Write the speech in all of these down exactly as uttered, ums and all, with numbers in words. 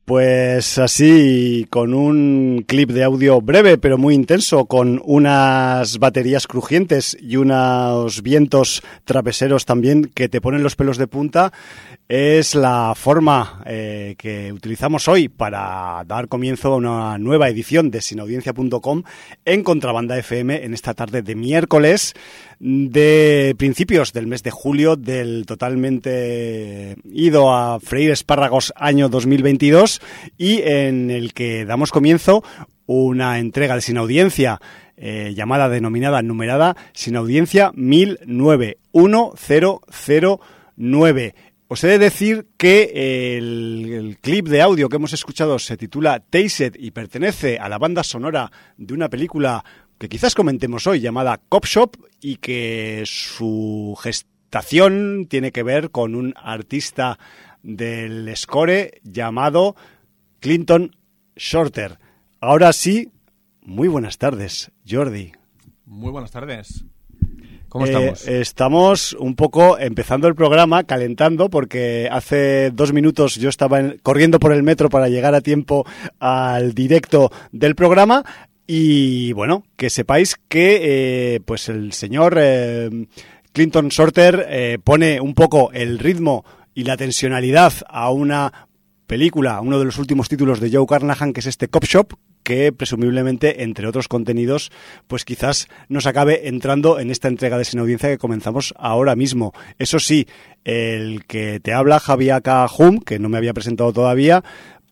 Pues así, con un clip de audio breve pero muy intenso, con unas baterías crujientes y unos vientos trapeseros también que te ponen los pelos de punta, es la forma eh, que utilizamos hoy para dar comienzo a una nueva edición de sin audiencia punto com en Contrabanda F M en esta tarde de miércoles de principios del mes de julio del totalmente ido a freír espárragos año dos mil veintidós, y en el que damos comienzo una entrega de Sin Audiencia eh, llamada, denominada, numerada Sin Audiencia mil nueve, uno cero cero nueve. Os he de decir que el, el clip de audio que hemos escuchado se titula Tased y pertenece a la banda sonora de una película que quizás comentemos hoy, llamada Cop Shop, y que su gestación tiene que ver con un artista del score llamado Clinton Shorter. Ahora sí, muy buenas tardes, Jordi. Muy buenas tardes. ¿Cómo estamos? Eh, estamos un poco empezando el programa, calentando, porque hace dos minutos yo estaba en, corriendo por el metro para llegar a tiempo al directo del programa. Y bueno, que sepáis que eh, pues el señor eh, Clinton Shorter eh, pone un poco el ritmo y la tensionalidad a una película, uno de los últimos títulos de Joe Carnahan, que es este Cop Shop, que presumiblemente, entre otros contenidos, pues quizás nos acabe entrando en esta entrega de Sin Audiencia que comenzamos ahora mismo. Eso sí, el que te habla, Javier Cajum, que no me había presentado todavía,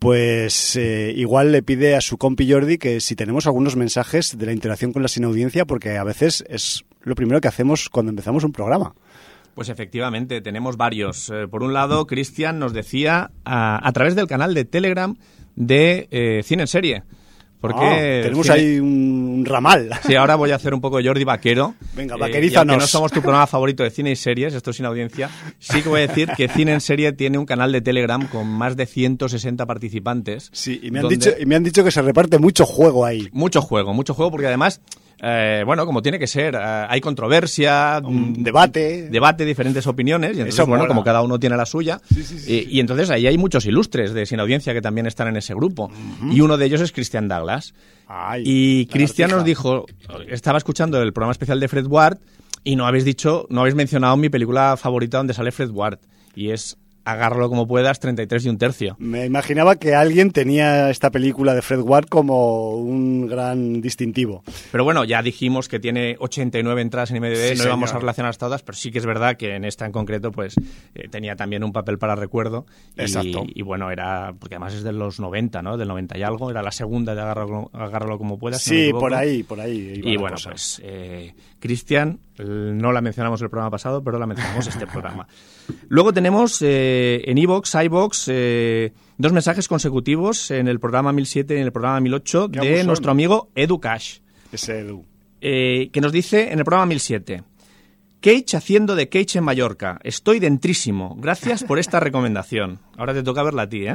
pues eh, igual le pide a su compi Jordi que si tenemos algunos mensajes de la interacción con la Sin Audiencia, porque a veces es lo primero que hacemos cuando empezamos un programa. Pues efectivamente, tenemos varios. Eh, por un lado, Cristian nos decía a, a través del canal de Telegram de eh, Cine en Serie. Porque oh, tenemos cine... ahí un ramal. Sí, ahora voy a hacer un poco Jordi Vaquero. Venga, eh, vaquerízanos. Que no somos tu programa favorito de cine y series, esto Sin Audiencia. Sí que voy a decir que Cine en Serie tiene un canal de Telegram con más de ciento sesenta participantes. Sí, y me han, donde... dicho, y me han dicho que se reparte mucho juego ahí. Mucho juego, mucho juego, porque además... Eh, bueno, como tiene que ser, eh, hay controversia, un debate, debate, diferentes opiniones, y entonces, Eso bueno, mola. Como cada uno tiene la suya, sí, sí, sí, y, sí. y entonces ahí hay muchos ilustres de Sin Audiencia que también están en ese grupo, uh-huh. Y uno de ellos es Christian Douglas. Ay, y Christian nos dijo, estaba escuchando el programa especial de Fred Ward, y no habéis dicho, no habéis mencionado mi película favorita donde sale Fred Ward, y es... Agárralo como puedas, treinta y tres y un tercio. Me imaginaba que alguien tenía esta película de Fred Ward como un gran distintivo. Pero bueno, ya dijimos que tiene ochenta y nueve entradas en I M D B, sí, no íbamos a relacionar todas, pero sí que es verdad que en esta en concreto pues eh, tenía también un papel para recuerdo. Exacto. Y, y bueno, era, porque además es de los noventa, ¿no? Del noventa y algo, era la segunda de Agárralo, agárralo como puedas. Sí, si no por ahí, por ahí. Y bueno, cosa. pues eh, Cristian, no la mencionamos el programa pasado, pero la mencionamos este programa. Luego tenemos eh, en iVoox, iVoox, eh, dos mensajes consecutivos en el programa mil siete y en el programa mil ocho de abusón. Nuestro amigo Edu Cash. Ese Edu. Eh, que nos dice en el programa mil siete: Cage haciendo de Cage en Mallorca. Estoy dentrísimo. Gracias por esta recomendación. Ahora te toca verla a ti, ¿eh?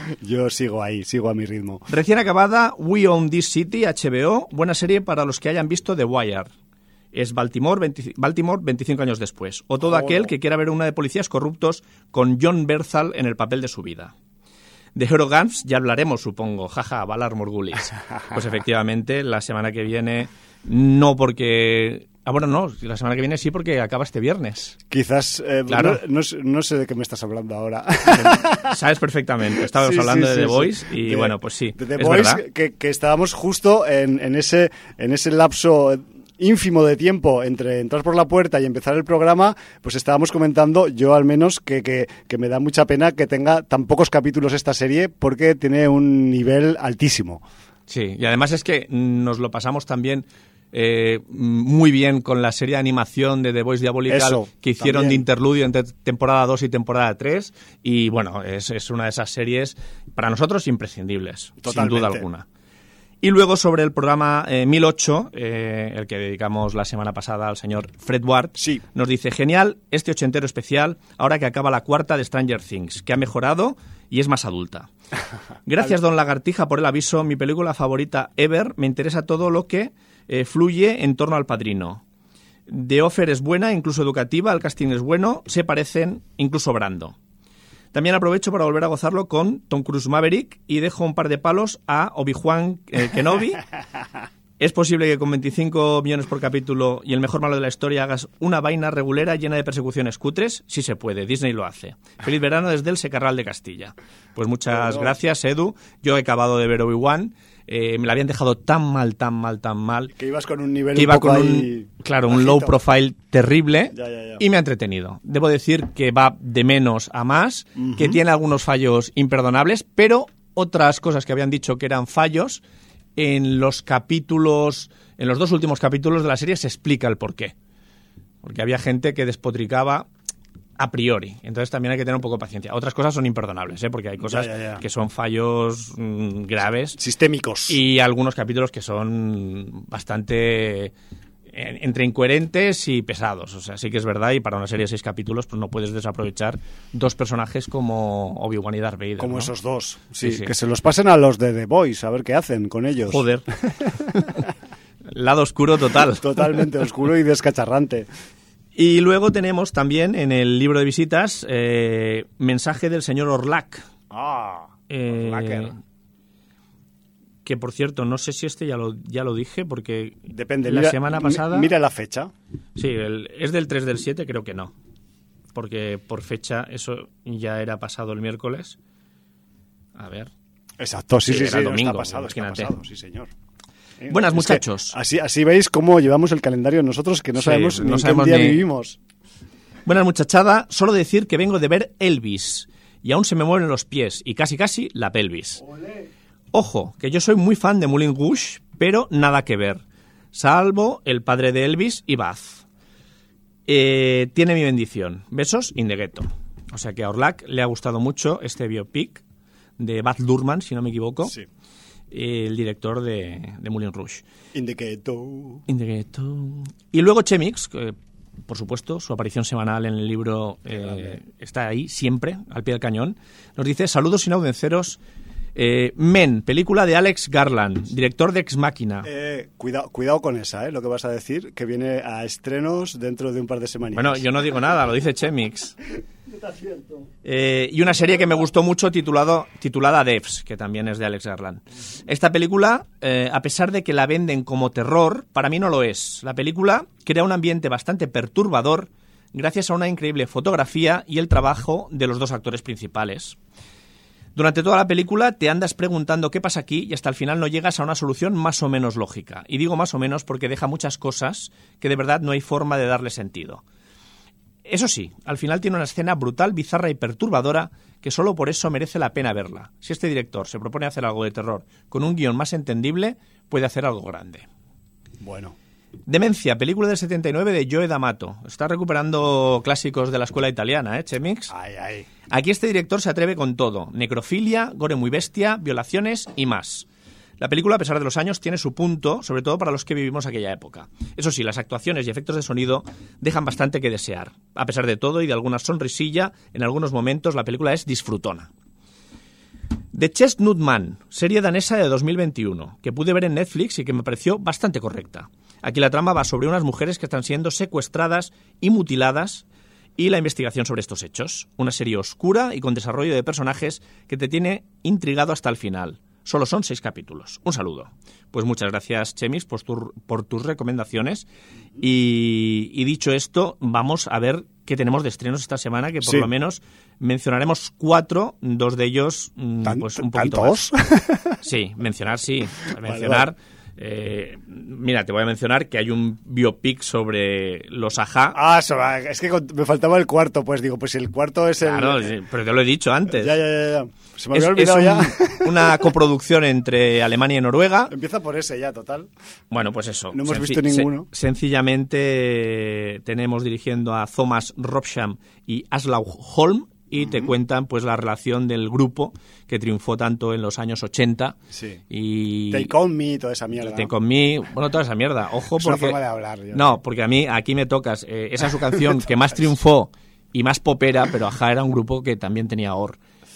Yo sigo ahí, sigo a mi ritmo. Recién acabada, We Own This City, H B O. Buena serie para los que hayan visto The Wire. Es Baltimore, veinte, Baltimore veinticinco años después. O todo oh, aquel que quiera ver una de policías corruptos con John Bernthal en el papel de su vida. De Hero Guns ya hablaremos, supongo. Jaja, Valar Morgulis. Pues efectivamente, la semana que viene, no porque... Ah, bueno, no, la semana que viene sí porque acaba este viernes. Quizás, eh, claro. no, no, no sé de qué me estás hablando ahora. Sabes perfectamente, estábamos sí, hablando sí, de The sí, Voice sí. y de, bueno, pues sí, de The es Voice, verdad. Que, que estábamos justo en, en, ese, en ese lapso ínfimo de tiempo entre entrar por la puerta y empezar el programa, pues estábamos comentando, yo al menos, que, que, que me da mucha pena que tenga tan pocos capítulos esta serie porque tiene un nivel altísimo. Sí, y además es que nos lo pasamos también eh, muy bien con la serie de animación de The Voice Diabolical Eso, que hicieron también. De interludio entre temporada dos y temporada tres, y bueno, es, es una de esas series para nosotros imprescindibles, Totalmente. Sin duda alguna. Y luego sobre el programa eh, mil ocho, eh, el que dedicamos la semana pasada al señor Fred Ward, sí. Nos dice, genial este ochentero especial, ahora que acaba la cuarta de Stranger Things, que ha mejorado y es más adulta. Gracias, don Lagartija, por el aviso. Mi película favorita ever, me interesa todo lo que eh, fluye en torno al Padrino. The Offer es buena, incluso educativa, el casting es bueno, se parecen, incluso Brando. También aprovecho para volver a gozarlo con Tom Cruise Maverick y dejo un par de palos a Obi-Wan eh, Kenobi. ¿Es posible que con veinticinco millones por capítulo y el mejor malo de la historia hagas una vaina regulera llena de persecuciones cutres? Sí se puede, Disney lo hace. Feliz verano desde el Secarral de Castilla. Pues muchas oh, gracias, Edu. Yo he acabado de ver Obi-Wan. Eh, me la habían dejado tan mal, tan mal, tan mal. Que ibas con un nivel que un iba poco con ahí un, claro, bajito. un low profile terrible. Ya, ya, ya. Y me ha entretenido. Debo decir que va de menos a más, uh-huh. que tiene algunos fallos imperdonables, pero otras cosas que habían dicho que eran fallos, en los capítulos, en los dos últimos capítulos de la serie se explica el porqué. Porque había gente que despotricaba a priori. Entonces también hay que tener un poco de paciencia. Otras cosas son imperdonables, ¿eh? Porque hay cosas ya, ya, ya. que son fallos mmm, graves. Sistémicos. Y algunos capítulos que son bastante entre incoherentes y pesados. O sea, sí que es verdad, y para una serie de seis capítulos pues no puedes desaprovechar dos personajes como Obi-Wan y Darth Vader. Como ¿no? esos dos. Sí, sí, sí. Que se los pasen a los de The Boys, a ver qué hacen con ellos. Joder. Lado oscuro total. Totalmente oscuro y descacharrante. Y luego tenemos también en el libro de visitas eh, mensaje del señor Orlac. Ah, eh, Orlacker. Que, por cierto, no sé si este ya lo, ya lo dije, porque Depende. la Mira, semana pasada... Mira la fecha. Sí, el, es del tres del siete, creo que no. Porque por fecha eso ya era pasado el miércoles. A ver. Exacto, sí, sí, sí, sí, era no, domingo, está pasado, está imagínate. pasado, sí, señor. Eh, Buenas, es muchachos. Así, así veis cómo llevamos el calendario nosotros, que no Sí, sabemos ni no en sabemos qué día ni- vivimos. Buenas, muchachada. Solo decir que vengo de ver Elvis. Y aún se me mueven los pies y casi casi la pelvis. Ojo, que yo soy muy fan de Moulin Rouge, pero nada que ver. Salvo el padre de Elvis y Baz. Eh, tiene mi bendición. Besos, in the ghetto. O sea que a Orlac le ha gustado mucho este biopic de Baz Luhrmann, si no me equivoco. Sí. El director de, de Moulin Rouge. In the ghetto. In the ghetto. Y luego Chemix, que, por supuesto, su aparición semanal en el libro eh, está ahí siempre, al pie del cañón. Nos dice: saludos sinaudenceros. Eh, Men, película de Alex Garland, director de Ex Machina. Eh, cuidado, cuidado con esa, ¿eh? Lo que vas a decir, que viene a estrenos dentro de un par de semanas. Bueno, yo no digo nada, lo dice Chemix. Eh, y una serie que me gustó mucho titulado, titulada Devs, que también es de Alex Garland. Esta película, eh, a pesar de que la venden como terror, para mí no lo es. La película crea un ambiente bastante perturbador gracias a una increíble fotografía y el trabajo de los dos actores principales. Durante toda la película te andas preguntando qué pasa aquí y hasta el final no llegas a una solución más o menos lógica. Y digo más o menos porque deja muchas cosas que de verdad no hay forma de darle sentido. Eso sí, al final tiene una escena brutal, bizarra y perturbadora que solo por eso merece la pena verla. Si este director se propone hacer algo de terror con un guión más entendible, puede hacer algo grande. Bueno. Demencia, película del setenta y nueve de Joe D'Amato. Está recuperando clásicos de la escuela italiana, ¿eh, Chemix? Ay, ay. Aquí este director se atreve con todo. Necrofilia, gore muy bestia, violaciones y más. La película, a pesar de los años, tiene su punto, sobre todo para los que vivimos aquella época. Eso sí, las actuaciones y efectos de sonido dejan bastante que desear. A pesar de todo y de alguna sonrisilla, en algunos momentos la película es disfrutona. The Chestnut Man, serie danesa de dos mil veintiuno, que pude ver en Netflix y que me pareció bastante correcta. Aquí la trama va sobre unas mujeres que están siendo secuestradas y mutiladas y la investigación sobre estos hechos. Una serie oscura y con desarrollo de personajes que te tiene intrigado hasta el final. Solo son seis capítulos. Un saludo. Pues muchas gracias, Chemix, por, tu, por tus recomendaciones. Y, y dicho esto, vamos a ver qué tenemos de estrenos esta semana, que por Sí. lo menos mencionaremos cuatro, dos de ellos ¿Tan- pues un poquito ¿Tantos? más. Sí, mencionar sí. Mencionar... vale. Eh, mira, te voy a mencionar que hay un biopic sobre los Ajá. Ah, eso, va, es que con- me faltaba el cuarto, pues digo, pues el cuarto es el... Claro, sí, pero te lo he dicho antes. Ya, ya, ya, ya. Se me Es, había es olvidado un- ya. una coproducción entre Alemania y Noruega. Empieza por ese ya, total. Bueno, pues eso. No hemos Senci- visto ninguno. se- sencillamente eh, tenemos dirigiendo a Thomas Robsham y Aslaug Holm y te cuentan pues la relación del grupo que triunfó tanto en los años ochenta. Sí. Y Take On Me y toda esa mierda. Take ¿no? On Me, bueno, toda esa mierda. Ojo, Es una porque forma de hablar, yo. no, porque a mí aquí me tocas. Eh, esa es su canción que más triunfó y más popera, pero Ajá era un grupo que también tenía or.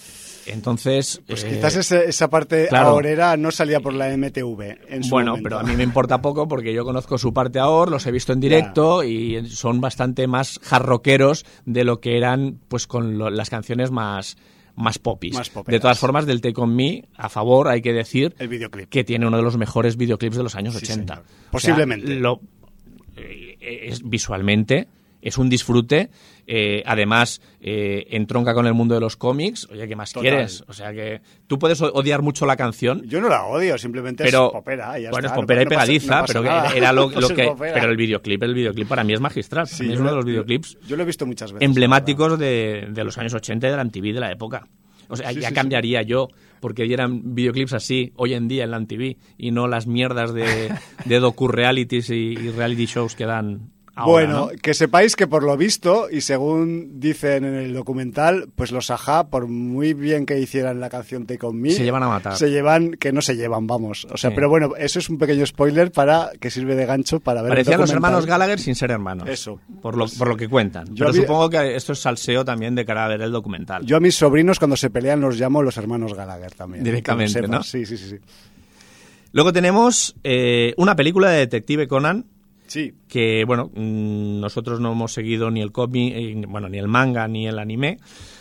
Entonces... Pues eh, quizás ese, esa parte claro. ahorera no salía por la M T V en su Bueno, momento. pero a mí me importa poco porque yo conozco su parte ahora, los he visto en directo ya. y son bastante más hard-rockeros de lo que eran pues con lo, las canciones más... más popis. Más poperas. De todas formas, del Take On Me, a favor, hay que decir El videoclip. que tiene uno de los mejores videoclips de los años Sí, ochenta. señor. Posiblemente. O sea, lo, eh, es, visualmente es un disfrute, eh, además eh, entronca con el mundo de los cómics. Oye, ¿qué más Total. quieres? O sea que tú puedes odiar mucho la canción, Yo no la odio, simplemente pero es popera. Y ya bueno, está. es popera y No pasa- pegadiza, no pasa pero nada. que era lo, lo Pues es que popera. pero el videoclip, el videoclip para mí es magistral. Sí, Para mí es yo uno lo- de los videoclips Yo lo he visto muchas veces. emblemáticos de, de los años ochenta y de la M T V de la época. O sea, Sí, ya sí, cambiaría yo porque dieran videoclips así hoy en día en la M T V y no las mierdas de, de docu-realities y, y reality shows que dan ahora, Bueno, ¿no? que sepáis que por lo visto, y según dicen en el documental, pues los Ajá, por muy bien que hicieran la canción Take On Me, Se llevan a matar. Se llevan, que no se llevan, vamos. O sea, Sí. pero bueno, eso es un pequeño spoiler para que sirve de gancho para ver el Parecían los documental. hermanos Gallagher sin ser hermanos. Eso. Por lo, por lo que cuentan. Yo Pero había- supongo que esto es salseo también de cara a ver el documental. Yo a mis sobrinos cuando se pelean los llamo los hermanos Gallagher también. Directamente, que lo sepas. ¿no? Sí, sí, sí. Sí. Luego tenemos eh, una película de Detective Conan Sí. que, bueno, mmm, nosotros no hemos seguido ni el cómic, eh, bueno, ni el manga, ni el anime.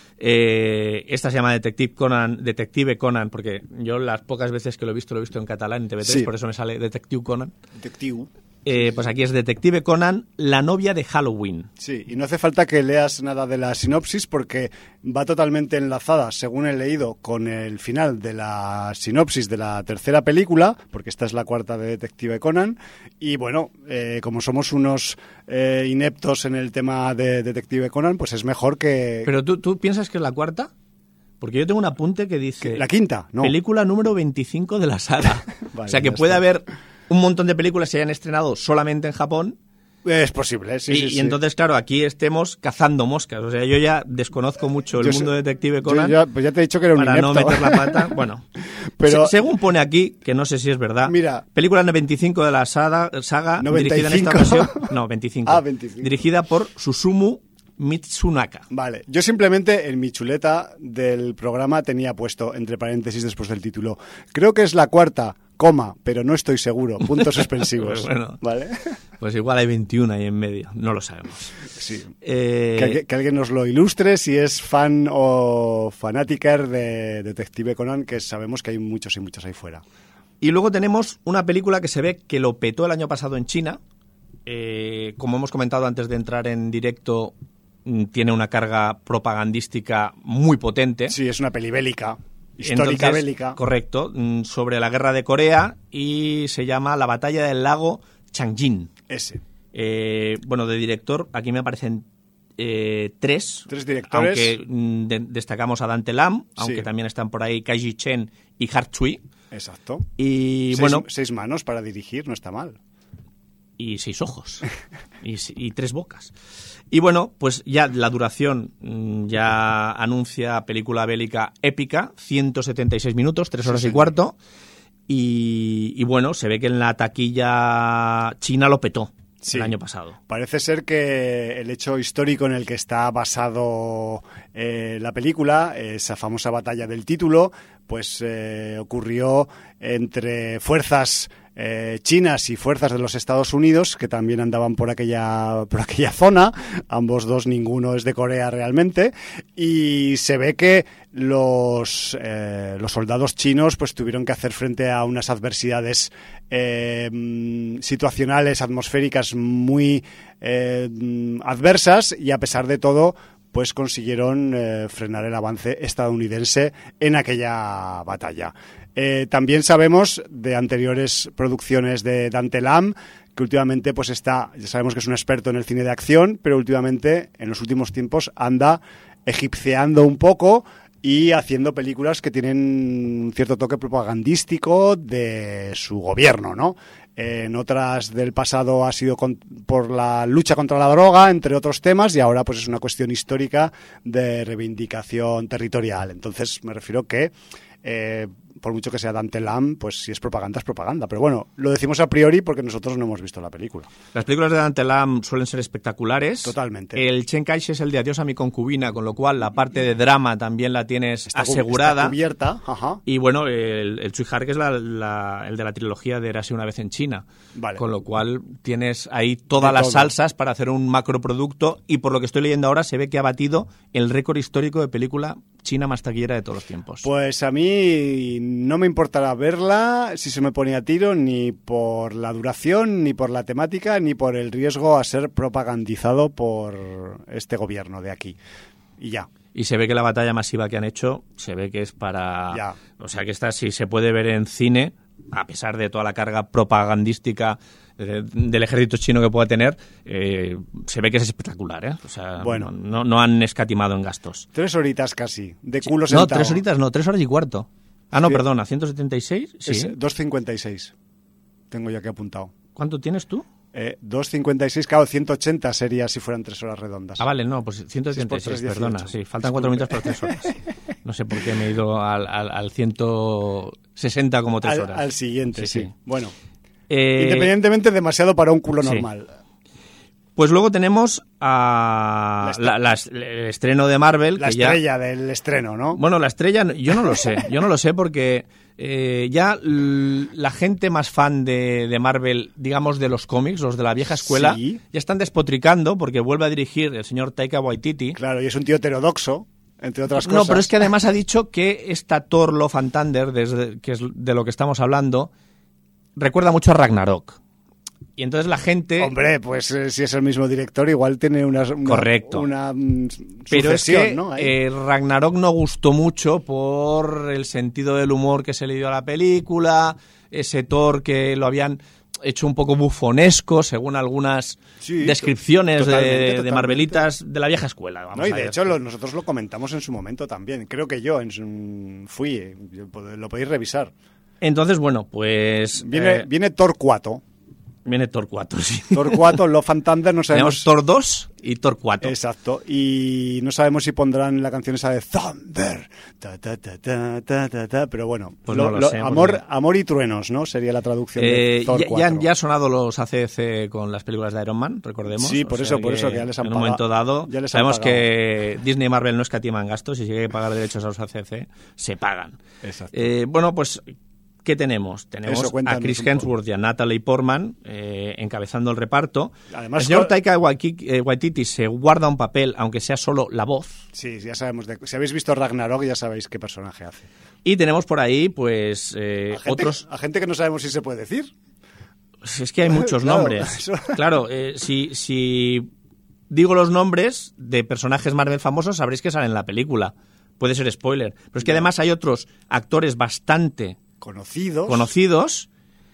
Eh, esta se llama Detective Conan, Detective Conan, porque yo las pocas veces que lo he visto, lo he visto en catalán, en T V tres, Sí. por eso me sale Detective Conan. Detective. Eh, pues aquí es Detective Conan, la novia de Halloween. Sí, y no hace falta que leas nada de la sinopsis porque va totalmente enlazada, según he leído, con el final de la sinopsis de la tercera película, porque esta es la cuarta de Detective Conan, y bueno, eh, como somos unos eh, ineptos en el tema de Detective Conan, pues es mejor que... Pero tú, ¿tú piensas que es la cuarta? Porque yo tengo un apunte que dice... La quinta, no. Película número veinticinco de la saga. Vale, o sea que ya puede está. haber un montón de películas que se hayan estrenado solamente en Japón. Es posible, sí, y, sí, y sí. entonces, claro, aquí estemos cazando moscas. O sea, yo ya desconozco mucho el Yo mundo sé- de Detective yo Conan ya, pues ya te he dicho que era un para no inepto. meter la pata. Bueno, Pero- se- según pone aquí, que no sé si es verdad, Mira. película veinticinco de la saga, saga noventa y dirigida en esta cinco. ocasión... No, veinticinco. Ah, veinticinco. Dirigida por Susumu Mitsunaka. Vale, yo simplemente en mi chuleta del programa tenía puesto, entre paréntesis después del título, creo que es la cuarta, coma, pero no estoy seguro, puntos suspensivos. Bueno. ¿Vale? Pues igual hay veintiuno ahí en medio, no lo sabemos. Sí. Eh, Que, alguien- que alguien nos lo ilustre si es fan o fanática de Detective Conan, que sabemos que hay muchos y muchos ahí fuera. Y luego tenemos una película que se ve que lo petó el año pasado en China. Eh, como hemos comentado antes de entrar en directo, mm, tiene una carga propagandística muy potente. Sí, es una peli bélica, histórica Entonces, bélica. Correcto, mm, sobre la guerra de Corea y se llama La batalla del lago Changjin. Ese. Eh, bueno, de director, aquí me aparecen eh, tres. Tres directores. Aunque mm, de- destacamos a Dante Lam, aunque Sí. también están por ahí Kaiji Chen y Hart Chui. Exacto. Y seis, bueno, seis manos para dirigir, no está mal. y seis ojos y, s- y tres bocas. Y bueno, pues ya la duración mm, ya anuncia película bélica épica, ciento setenta y seis minutos, tres horas Sí, y señor. cuarto. Y, y bueno, se ve que en la taquilla china lo petó Sí. el año pasado. Parece ser que el hecho histórico en el que está basado eh, la película, esa famosa batalla del título, pues eh, ocurrió entre fuerzas eh, chinas y fuerzas de los Estados Unidos, que también andaban por aquella, por aquella zona. Ambos dos, ninguno es de Corea realmente. Y se ve que los, eh, los soldados chinos pues tuvieron que hacer frente a unas adversidades eh, mm, situacionales, atmosféricas muy eh, mm, adversas, y a pesar de todo pues consiguieron eh, frenar el avance estadounidense en aquella batalla. Eh, también sabemos de anteriores producciones de Dante Lam que últimamente pues está, ya sabemos que es un experto en el cine de acción, pero últimamente en los últimos tiempos anda egipciando un poco y haciendo películas que tienen un cierto toque propagandístico de su gobierno, ¿no? En otras del pasado ha sido con, por la lucha contra la droga, entre otros temas, y ahora pues es una cuestión histórica de reivindicación territorial. Entonces me refiero que eh, por mucho que sea Dante Lam, pues si es propaganda, es propaganda. Pero bueno, lo decimos a priori porque nosotros no hemos visto la película. Las películas de Dante Lam suelen ser espectaculares. Totalmente. El Chen Kai-shek es el de Adiós a mi concubina, con lo cual la parte de drama también la tienes está asegurada. Está cubierta, ajá. Y bueno, el, el Tsui Hark es la, la, el de la trilogía de Érase una vez en China. Vale. Con lo cual tienes ahí todas De las todo. salsas para hacer un macroproducto, y por lo que estoy leyendo ahora se ve que ha batido el récord histórico de película china más taquillera de todos los tiempos. Pues a mí no me importará verla si se me pone a tiro, ni por la duración, ni por la temática, ni por el riesgo a ser propagandizado por este gobierno de aquí. Y ya. Y se ve que la batalla masiva que han hecho, se ve que es para... Ya. O sea, que esta sí se puede ver en cine, a pesar de toda la carga propagandística eh, del ejército chino que pueda tener, eh, se ve que es espectacular, ¿eh? O sea, Bueno. no, no han escatimado en gastos. Tres horitas casi, de culo No, sentado. tres horitas no, tres horas y cuarto. Ah, no, Sí. perdona, ciento setenta y seis, sí. Es dos cincuenta y seis. Tengo ya que apuntado. ¿Cuánto tienes tú? Eh, dos cincuenta y seis, claro, ciento ochenta sería si fueran tres horas redondas. Ah, vale, no, pues ciento setenta y seis, Si es por perdona. tres dieciocho. Sí, faltan cuatro minutos para tres horas. No sé por qué me he ido al, al, al ciento sesenta como tres al, horas. al siguiente, sí. Sí, sí. Bueno, Eh, independientemente, demasiado para un culo sí. normal. Pues luego tenemos a La la- la- el estreno de Marvel. La que ya- estrella del estreno, ¿no? Bueno, la estrella, yo no lo sé. Yo no lo sé porque eh, ya l- la gente más fan de, de Marvel, digamos de los cómics, los de la vieja escuela, Sí. ya están despotricando porque vuelve a dirigir el señor Taika Waititi. Claro, y es un tío heterodoxo, entre otras No, cosas. pero es que además ha dicho que esta Thor Love and Thunder, desde, que es de lo que estamos hablando, recuerda mucho a Ragnarok. Y entonces la gente... Hombre, pues eh, si es el mismo director, igual tiene una, una, Correcto. una mm, Pero es sucesión, que ¿no? Ahí. eh, Ragnarok no gustó mucho por el sentido del humor que se le dio a la película, ese Thor que lo habían hecho un poco bufonesco, según algunas Sí, descripciones to- totalmente, de, de totalmente. Marvelitas de la vieja escuela. Vamos No, y a de ver. hecho lo- nosotros lo comentamos en su momento también. Creo que yo en su- fui, eh, yo- lo podéis revisar. Entonces, bueno, pues... Viene, eh, viene Thor cuatro. viene Thor cuatro, sí. Thor cuatro, Love and Thunder, no Tenemos sabemos... Thor dos y Thor cuatro. Exacto, y no sabemos si pondrán la canción esa de Thunder, ta, ta, ta, ta, ta, ta, ta, pero bueno, Pues lo- no lo lo- sé, amor, porque- amor y truenos, ¿no? Sería la traducción Eh, de Thor ya, ya, cuatro. han- ya han sonado los A C D C con las películas de Iron Man, recordemos. Sí, por O eso- sea por eso que ya les han en un pagado- momento dado, ya les han sabemos pagado. que Disney y Marvel no escatiman gastos y si hay que pagar derechos a los A C D C, se pagan. Exacto. Eh, bueno, pues, ¿qué tenemos? Tenemos Eso, a cuéntanos Chris un poco. Hemsworth y a Natalie Portman eh, encabezando el reparto. Además, el señor co- Taika Waititi, eh, Waititi se guarda un papel, aunque sea solo la voz. Sí, ya sabemos, de- si habéis visto Ragnarok ya sabéis qué personaje hace. Y tenemos por ahí, pues, eh, A gente, otros... a gente que no sabemos si se puede decir. Es que hay muchos Claro, nombres. eso- Claro, eh, si, si digo los nombres de personajes Marvel famosos, sabréis que salen en la película. Puede ser spoiler. Pero es que además hay otros actores bastante Conocidos. conocidos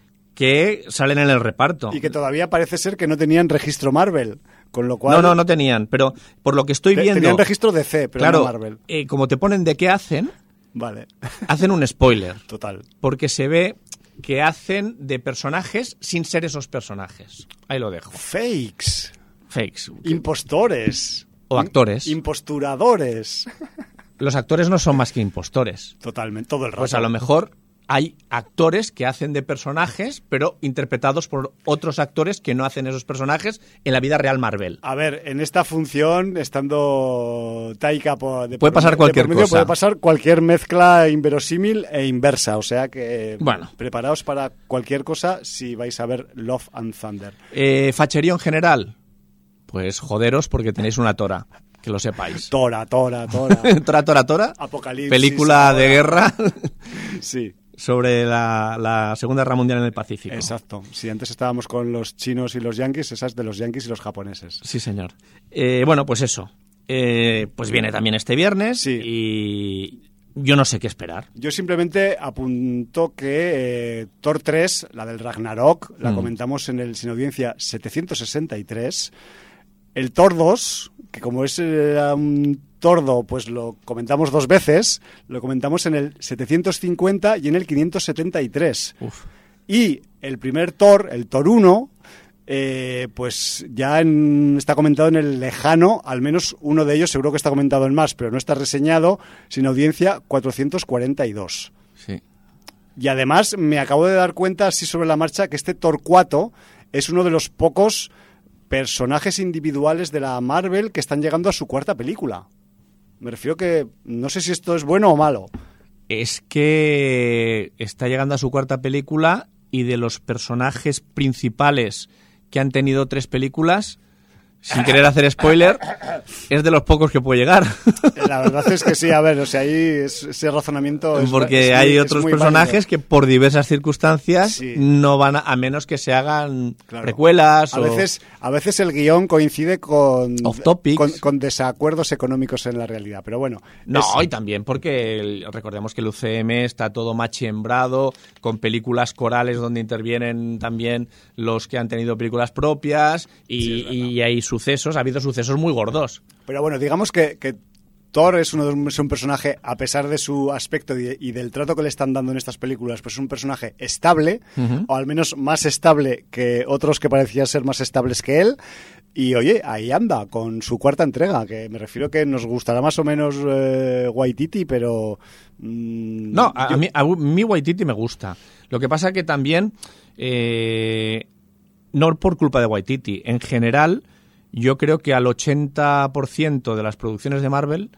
que salen en el reparto. Y que todavía parece ser que no tenían registro Marvel. Con lo cual. No, no, no tenían. Pero por lo que estoy te- viendo... Tenían registro D C, pero claro, no Marvel. eh, como te ponen de qué hacen, Vale. hacen un spoiler. Total. Porque se ve que hacen de personajes sin ser esos personajes. Ahí lo dejo. Fakes. Fakes. Impostores. O actores. Imposturadores. Los actores no son más que impostores. Totalmente, todo el rato. Pues a lo mejor hay actores que hacen de personajes, pero interpretados por otros actores que no hacen esos personajes en la vida real Marvel. A ver, en esta función, estando Taika por, de Puede por- pasar de cualquier por medio, cosa. puede pasar cualquier mezcla inverosímil e inversa. O sea que Bueno. preparaos para cualquier cosa si vais a ver Love and Thunder. Eh, facherío en general, pues joderos porque tenéis una tora, que lo sepáis. Tora, tora, tora. Tora, tora, tora. Apocalipsis. Película ahora. de guerra Sí, sobre la, la Segunda Guerra Mundial en el Pacífico. exacto. Si antes estábamos con los chinos y los yanquis, esa es de los yanquis y los japoneses. Sí, señor. Eh, bueno, pues eso. Eh, pues viene también este viernes Sí. y yo no sé qué esperar. Yo simplemente apunto que eh, Thor tres, la del Ragnarok, la Mm. comentamos en el Sin Audiencia setecientos sesenta y tres. El Thor dos, que como es eh, un tordo, pues lo comentamos dos veces, lo comentamos en el setecientos cincuenta y en el quinientos setenta y tres. Uf. Y el primer Thor, el Thor uno, eh, pues ya en- está comentado en el lejano, al menos uno de ellos seguro que está comentado en más, pero no está reseñado, Sin Audiencia cuatrocientos cuarenta y dos. Sí. Y además me acabo de dar cuenta así sobre la marcha que este Torcuato es uno de los pocos personajes individuales de la Marvel que están llegando a su cuarta película. Me refiero que no sé si esto es bueno o malo. Es que está llegando a su cuarta película y de los personajes principales que han tenido tres películas, sin querer hacer spoiler, es de los pocos que puede llegar. La verdad es que sí, a ver, o sea, ahí es, ese razonamiento es, porque es hay muy, otros es muy personajes válido. que por diversas circunstancias Sí. no van a, a menos que se hagan Claro. precuelas A o veces, a veces el guión coincide con, Off topics. con, con desacuerdos económicos en la realidad, pero bueno. no, es- y también porque el- recordemos que el U C M está todo machembrado, con películas corales donde intervienen también los que han tenido películas propias y, Sí, es verdad. y hay sucesos, ha habido sucesos muy gordos. Pero bueno, digamos que, que Thor es, uno de, es un personaje, a pesar de su aspecto y, y del trato que le están dando en estas películas, pues es un personaje estable, Ujú. o al menos más estable que otros que parecían ser más estables que él. Y oye, ahí anda, con su cuarta entrega, que me refiero que nos gustará más o menos eh, Waititi, pero... mm, No, a, yo- a mí, a mí Waititi me gusta. Lo que pasa que también, eh, no por culpa de Waititi, en general, yo creo que al ochenta por ciento de las producciones de Marvel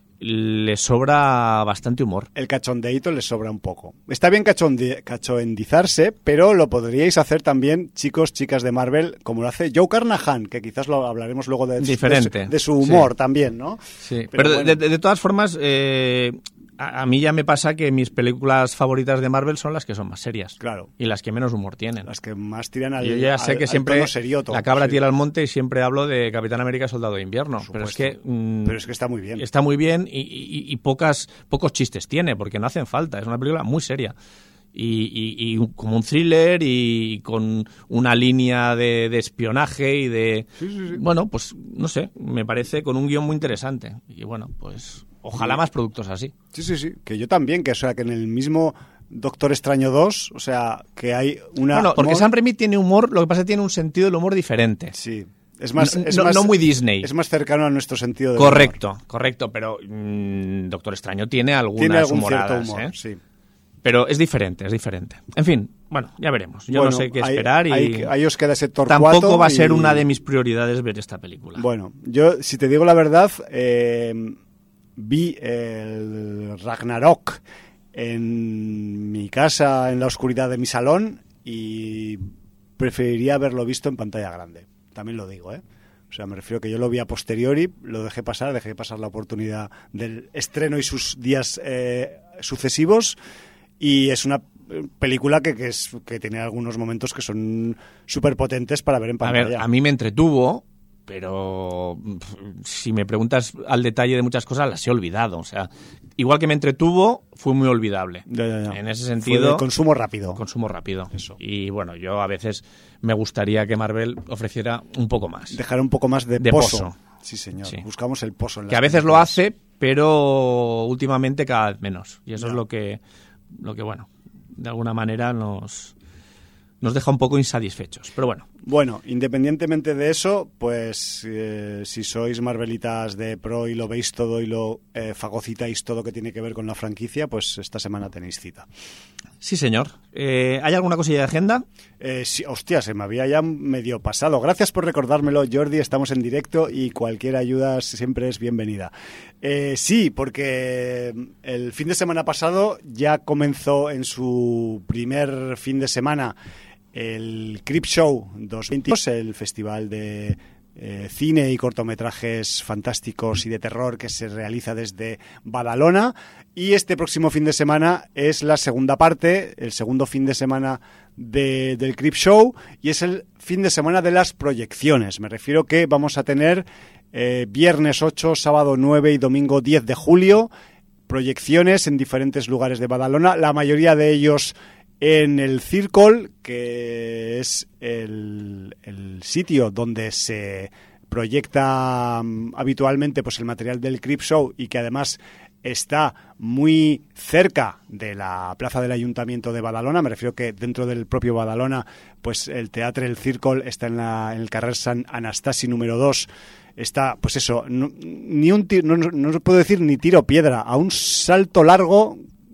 le sobra bastante humor. El cachondeíto le sobra un poco. Está bien cachonde- cachoendizarse, pero lo podríais hacer también, chicos, chicas de Marvel, como lo hace Joe Carnahan, que quizás lo hablaremos luego de, Diferente. de, su, de su humor Sí. también, ¿no? Sí, Pero pero, de, bueno. de- de todas formas, eh, a, a mí ya me pasa que mis películas favoritas de Marvel son las que son más serias. Claro. Y las que menos humor tienen. Las que más tiran al, Yo ya sé al- que al siempre tono serioto. la cabra Sí, tira al monte y siempre hablo de Capitán América Soldado de Invierno. por Pero es supuesto. que mm, Pero es que está muy bien. está muy bien y, y- y pocas pocos chistes tiene porque no hacen falta. Es una película muy seria. Y, y- y como un thriller y con una línea de, de espionaje y de... Bueno, pues no sé, me parece con un guión muy interesante. Y bueno, pues ojalá más productos así. Sí, sí, sí. Que yo también, que o sea, que en el mismo Doctor Extraño dos, o sea, que hay una... Bueno, porque mo- Sam Raimi tiene humor, lo que pasa es que tiene un sentido del humor diferente. Sí. Es más, No- es no- más- no muy Disney. Es más cercano a nuestro sentido de Correcto, correcto, pero mm, Doctor Extraño tiene algunas Tiene algún humoradas, cierto humor, ¿eh? sí. Pero es diferente, es diferente. En fin, bueno, ya veremos. Yo Bueno, no sé qué ahí- esperar y ahí, ahí os queda ese Torcuato. tampoco va a ser y- una de mis prioridades ver esta película. Bueno, yo, si te digo la verdad, eh, vi el Ragnarok en mi casa, en la oscuridad de mi salón, y preferiría haberlo visto en pantalla grande. También lo digo, ¿eh? O sea, me refiero que yo lo vi a posteriori, lo dejé pasar, dejé pasar la oportunidad del estreno y sus días eh, sucesivos, y es una película que, que, es, que tiene algunos momentos que son súper potentes para ver en a pantalla. ver, a mí me entretuvo, pero pf, si me preguntas al detalle de muchas cosas, las he olvidado. O sea, igual que me entretuvo, fue muy olvidable. Ya, ya, ya. En ese Fue sentido... de consumo rápido. Consumo rápido. Eso. Y bueno, yo a veces me gustaría que Marvel ofreciera un poco más. Dejar un poco más de, De pozo. pozo. Sí, señor. Sí. Buscamos el pozo. En Que las a veces lo películas. hace, pero últimamente cada vez menos. Y eso Ya. es lo que, lo que, bueno, de alguna manera nos, nos deja un poco insatisfechos. Pero bueno, Bueno, independientemente de eso, pues eh, si sois marvelitas de pro y lo veis todo y lo eh, fagocitáis todo que tiene que ver con la franquicia, pues esta semana tenéis cita. sí señor. Eh, ¿Hay alguna cosilla de agenda? Eh, sí, hostia, se me había ya medio pasado. Gracias por recordármelo, Jordi. Estamos en directo y cualquier ayuda siempre es bienvenida. Eh, sí, porque el fin de semana pasado ya comenzó en su primer fin de semana el Creepshow dos mil veintidós, el festival de eh, cine y cortometrajes fantásticos y de terror que se realiza desde Badalona, y este próximo fin de semana es la segunda parte, el segundo fin de semana de, del Creepshow, y es el fin de semana de las proyecciones. Me refiero que vamos a tener eh, viernes ocho, sábado nueve y domingo diez de julio proyecciones en diferentes lugares de Badalona, la mayoría de ellos en el Círcol, que es el, el sitio donde se proyecta um, habitualmente pues el material del Creepshow, y que además está muy cerca de la plaza del Ayuntamiento de Badalona. Me refiero que dentro del propio Badalona, pues el Teatre El Círcol está en, la, en el carrer San Anastasi número dos. Está, pues eso, no, ni un tiro, no, no, no puedo decir ni tiro piedra, a un salto largo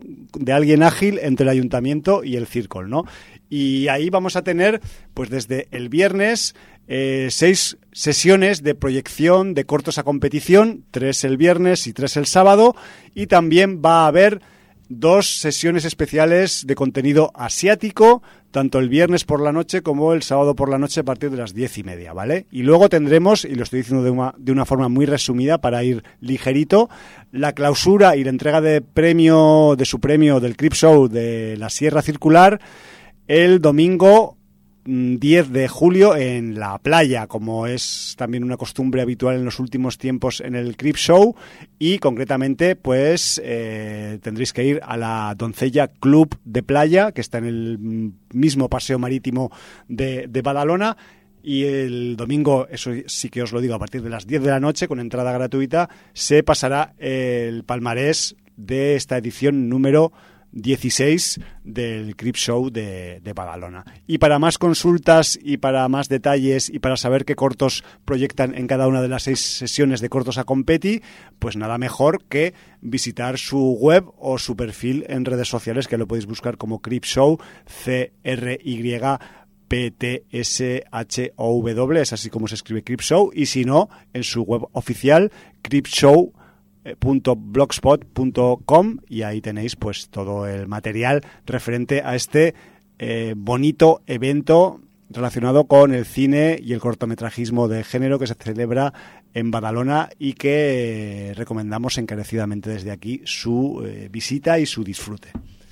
de alguien ágil entre el ayuntamiento y el Círculo, ¿no? Y ahí vamos a tener, pues desde el viernes, eh, seis sesiones de proyección de cortos a competición, tres el viernes y tres el sábado, y también va a haber dos sesiones especiales de contenido asiático, tanto el viernes por la noche como el sábado por la noche a partir de las diez y media, ¿vale? Y luego tendremos, y lo estoy diciendo de una, de una forma muy resumida para ir ligerito, la clausura y la entrega de premio de su premio del Creepshow de la Sierra Circular el domingo diez de julio en la playa, como es también una costumbre habitual en los últimos tiempos en el Creepshow, y concretamente pues eh, tendréis que ir a la Doncella Club de Playa, que está en el mismo paseo marítimo de, de Badalona, y el domingo, eso sí que os lo digo, a partir de las diez de la noche, con entrada gratuita, se pasará el palmarés de esta edición número dieciséis del Creepshow de, de Badalona. Y para más consultas y para más detalles y para saber qué cortos proyectan en cada una de las seis sesiones de cortos a competi, pues nada mejor que visitar su web o su perfil en redes sociales, que lo podéis buscar como Creepshow, C R Y P T S H O W, es así como se escribe Creepshow, y si no, en su web oficial, creepshow punto blogspot punto com, y ahí tenéis pues todo el material referente a este eh, bonito evento relacionado con el cine y el cortometrajismo de género que se celebra en Badalona y que eh, recomendamos encarecidamente desde aquí su eh, visita y su disfrute.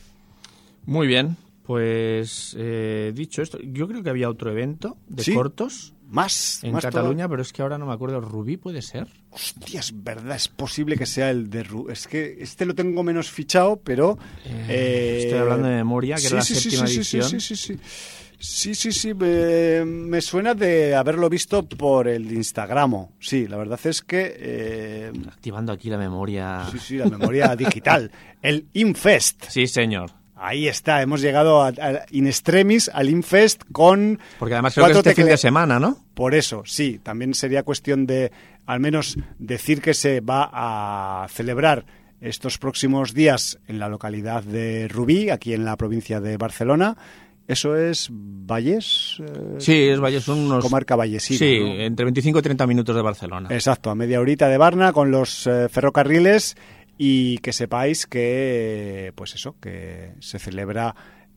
Muy bien, pues eh, dicho esto, yo creo que había otro evento de ¿Sí? cortos Más, en más Cataluña, todo. pero es que ahora no me acuerdo. ¿Rubí puede ser? Hostia, es verdad, es posible que sea el de Rubí. Es que este lo tengo menos fichado, pero... Eh, eh, estoy hablando de memoria, que sí, era la sí, séptima sí, sí, edición. Sí, sí, sí, sí. Sí, sí, sí, me, me suena de haberlo visto por el Instagram. Sí, la verdad es que... Eh, Activando aquí la memoria. sí, sí, la memoria digital. El Infest. Sí, señor. Ahí está, hemos llegado a, a in extremis al Infest con... Porque además creo que es este fin tecle- de semana, ¿no? Por eso, sí, también sería cuestión de al menos decir que se va a celebrar estos próximos días en la localidad de Rubí, aquí en la provincia de Barcelona. ¿Eso es Valles? Eh, Sí, es Valles, son unos... comarca vallesina, Sí, ¿no? entre veinticinco y treinta minutos de Barcelona. Exacto, a media horita de Barna con los eh, ferrocarriles, y que sepáis que, pues eso, que se celebra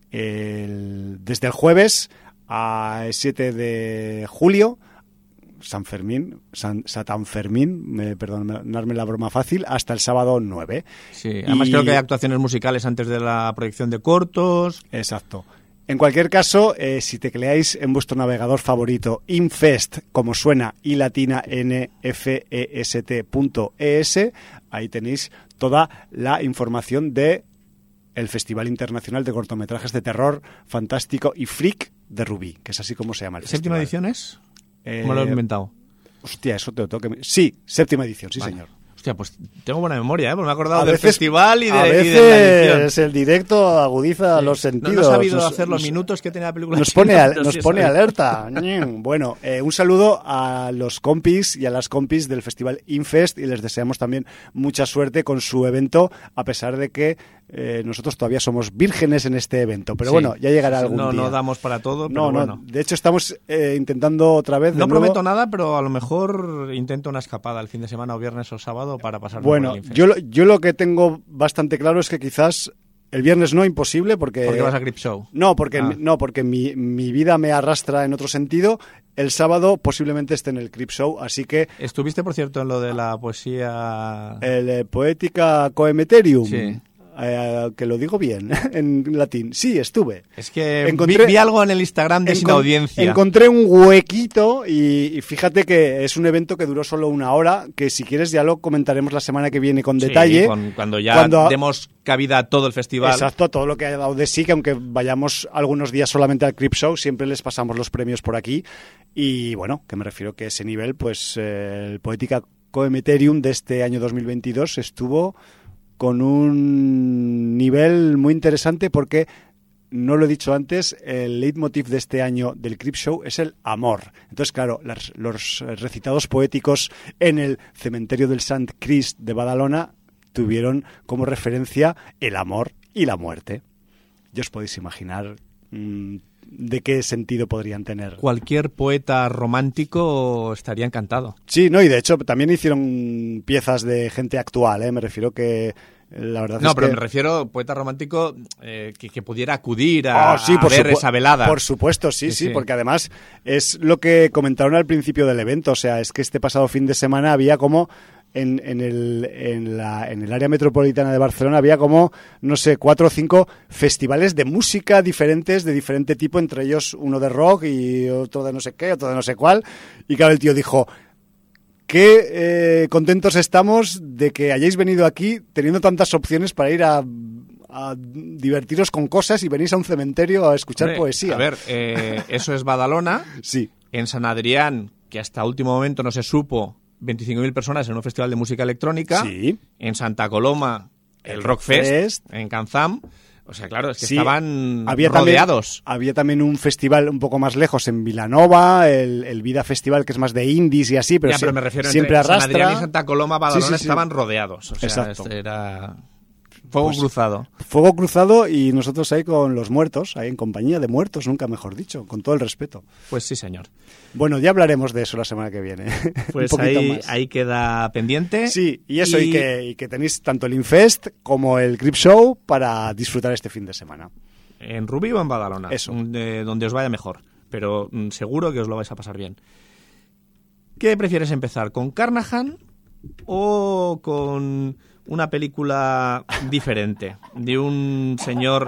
el, desde el jueves al siete de julio, San Fermín, San, Satán Fermín, me, perdonadme la broma fácil, hasta el sábado nueve. Sí, además Y- creo que hay actuaciones musicales antes de la proyección de cortos. Exacto. En cualquier caso, eh, si tecleáis en vuestro navegador favorito Infest, como suena, y latina N F E S T punto E S, ahí tenéis toda la información de el Festival Internacional de Cortometrajes de Terror, Fantástico y Freak de Rubí, que es así como se llama el ¿Séptima festival. edición es? Eh, ¿Me lo he inventado? Hostia, eso te lo tengo que... Sí, séptima edición, sí, Vale. señor. Hostia, pues tengo buena memoria, ¿eh? Porque me he acordado A del veces- festival y de, a y de la edición. veces el directo agudiza Sí. los No- sentidos. No, he sabido Nos- hacer los nos- minutos que tenía la película. Nos china, pone, al- pero nos sí he pone sabido. alerta. Bueno, eh, un saludo a los compis y a las compis del Festival Infest, y les deseamos también mucha suerte con su evento, a pesar de que eh, nosotros todavía somos vírgenes en este evento. Pero Sí. bueno, ya llegará Sí, algún no, día. No damos para todo, pero No, no. bueno. De hecho, estamos eh, intentando otra vez. de No nuevo- prometo nada, pero a lo mejor intento una escapada el fin de semana, o viernes o sábado, para pasar Bueno, por el Infest. yo, lo- yo lo que tengo bastante claro es que quizás el viernes no, imposible, porque... ¿Por qué vas a Creepshow? No, porque, Ah. mi- no, porque mi, mi vida me arrastra en otro sentido. El sábado posiblemente esté en el Creepshow, así que ¿Estuviste, por cierto, en lo de la poesía? el eh, Poética Coemeterium, Sí. eh, que lo digo bien en latín, sí, estuve. Es que Encontré- vi, vi algo en el Instagram de sin Encon- audiencia. Encontré un huequito y, y fíjate que es un evento que duró solo una hora, que si quieres ya lo comentaremos la semana que viene con Sí, detalle. con- cuando ya Cuando- demos cabida a todo el festival. Exacto, todo lo que haya dado de sí, que aunque vayamos algunos días solamente al Creepshow, siempre les pasamos los premios por aquí. Y bueno, que me refiero que ese nivel, pues eh, el Poética Coemeterium de este año dos mil veintidós estuvo con un nivel muy interesante, porque, no lo he dicho antes, el leitmotiv de este año del Creepshow es el amor. Entonces, claro, las- los recitados poéticos en el cementerio del Sant Crist de Badalona tuvieron como referencia el amor, y la muerte. Ya os podéis imaginar mmm, de qué sentido podrían tener. Cualquier poeta romántico estaría encantado. Sí, no, y de hecho también hicieron piezas de gente actual, ¿eh? Me refiero que la verdad no, es pero que... me refiero poeta romántico eh, que, que pudiera acudir a, oh, sí, por a ver supu- esa velada. Por supuesto, sí, sí, sí, sí, porque además es lo que comentaron al principio del evento, o sea, es que este pasado fin de semana había como en, en, el, en, la, en el área metropolitana de Barcelona había como, no sé, cuatro o cinco festivales de música diferentes, de diferente tipo, entre ellos uno de rock y otro de no sé qué, otro de no sé cuál, y claro, el tío dijo... Qué eh, contentos estamos de que hayáis venido aquí teniendo tantas opciones para ir a, a divertiros con cosas y venís a un cementerio a escuchar Hombre, poesía. A ver, eh, eso es Badalona. Sí. En San Adrián, que hasta último momento no se supo, veinticinco mil personas en un festival de música electrónica. Sí. En Santa Coloma, el, el Rock Fest, Fest. En Canzam. O sea, claro, es que sí, estaban había rodeados. También, había también un festival un poco más lejos en Vilanova, el, el Vida Festival, que es más de indies y así, pero, ya, sí, pero me refiero siempre entre arrastra. San Adrián y Santa Coloma, Badalona, sí, sí, sí. estaban rodeados. O sea, exacto. Este era fuego pues, cruzado. Fuego cruzado y nosotros ahí con los muertos, ahí en compañía de muertos, nunca mejor dicho, con todo el respeto. Pues sí, señor. Bueno, ya hablaremos de eso la semana que viene. Pues ahí, ahí queda pendiente. Sí, y eso, y... Y, que, y que tenéis tanto el Infest como el Crip Show para disfrutar este fin de semana. ¿En Rubí o en Badalona? Eso. De, donde os vaya mejor, pero mm, seguro que os lo vais a pasar bien. ¿Qué prefieres empezar, con Carnahan o con una película diferente de un señor...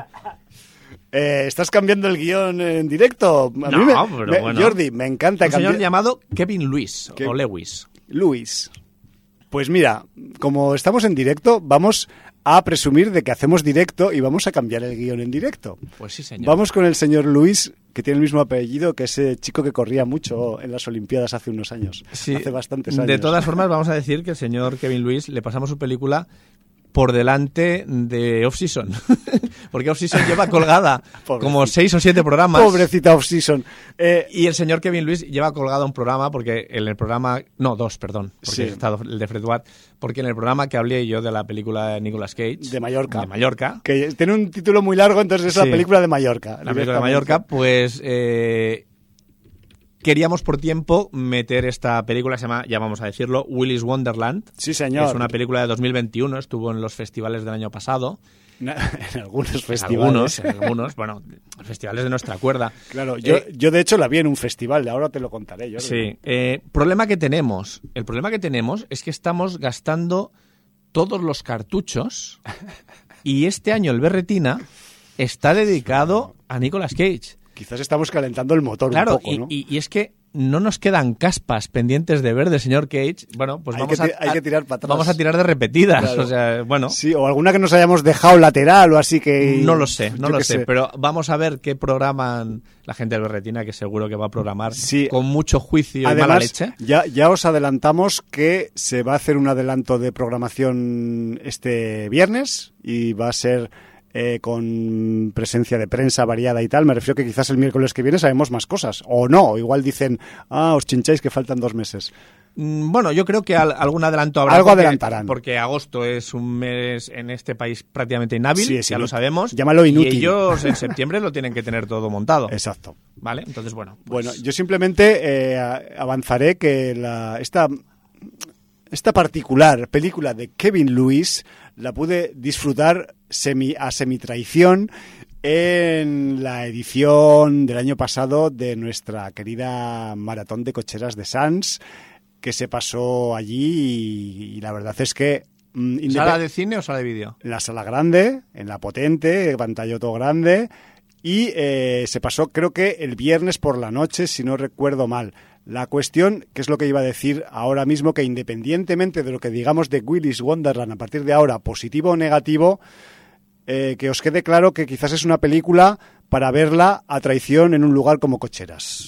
Eh, ¿Estás cambiando el guión en directo? A no, mí me, pero me, bueno. Jordi, me encanta un cambiar... señor llamado Kevin Lewis, ¿Qué? o Lewis. Lewis. Pues mira, como estamos en directo, vamos a presumir de que hacemos directo y vamos a cambiar el guión en directo. Pues sí, señor. Vamos con el señor Lewis, que tiene el mismo apellido que ese chico que corría mucho en las Olimpiadas hace unos años. Sí, hace bastantes años. De todas formas, vamos a decir que el señor Kevin Lewis le pasamos su película por delante de Off-Season. Porque Off-Season lleva colgada como seis o siete programas. Pobrecita Off-Season. Eh, y el señor Kevin Lewis lleva colgado un programa, porque en el programa... No, dos, perdón. Porque sí. he estado el de Fred Ward. Porque en el programa que hablé yo de la película de Nicolas Cage... De Mallorca. De Mallorca. Que tiene un título muy largo, entonces es sí. la película de Mallorca. La película de Mallorca, pues... Eh, queríamos por tiempo meter esta película que se llama, ya vamos a decirlo, Willy's Wonderland. Sí, señor. Es una película de dos mil veintiuno, estuvo en los festivales del año pasado. En algunos festivales. En algunos, en algunos, bueno, festivales de nuestra cuerda. Claro, yo, eh, yo de hecho la vi en un festival, ahora te lo contaré. Yo sí, eh, problema que tenemos, el problema que tenemos es que estamos gastando todos los cartuchos y este año el Berretina está dedicado a Nicolas Cage. Quizás estamos calentando el motor claro, un poco, y, ¿no? y, y es que no nos quedan caspas pendientes de ver del señor Cage. Bueno, pues hay vamos, que, a, hay que tirar para atrás. vamos a tirar de repetidas. Claro. O sea, bueno. Sí, o alguna que nos hayamos dejado lateral o así que... No lo sé, no lo sé, sé, pero vamos a ver qué programan la gente del Berretina, que seguro que va a programar sí. con mucho juicio Además, y mala leche. Ya, ya os adelantamos que se va a hacer un adelanto de programación este viernes y va a ser... Eh, con presencia de prensa variada y tal, me refiero que quizás el miércoles que viene sabemos más cosas, o no, igual dicen, ah, os chincháis que faltan dos meses. Bueno, yo creo que al, algún adelanto habrá. Algo porque, adelantarán. Porque agosto es un mes en este país prácticamente inhábil, sí, es ya inútil. Lo sabemos. Llámalo inútil. Y ellos en septiembre lo tienen que tener todo montado. Exacto. ¿Vale? Entonces, bueno. Pues... Bueno, yo simplemente eh, avanzaré que la, esta... Esta particular película de Kevin Lewis la pude disfrutar semi, a semitraición en la edición del año pasado de nuestra querida Maratón de Cocheras de Sants, que se pasó allí y, y la verdad es que... Mmm, ¿Sala de cine o sala de vídeo? En la sala grande, en la potente, pantalla todo grande, y eh, se pasó creo que el viernes por la noche, si no recuerdo mal. La cuestión, que es lo que iba a decir ahora mismo, que independientemente de lo que digamos de Willy's Wonderland a partir de ahora, positivo o negativo, eh, que os quede claro que quizás es una película para verla a traición en un lugar como Cocheras.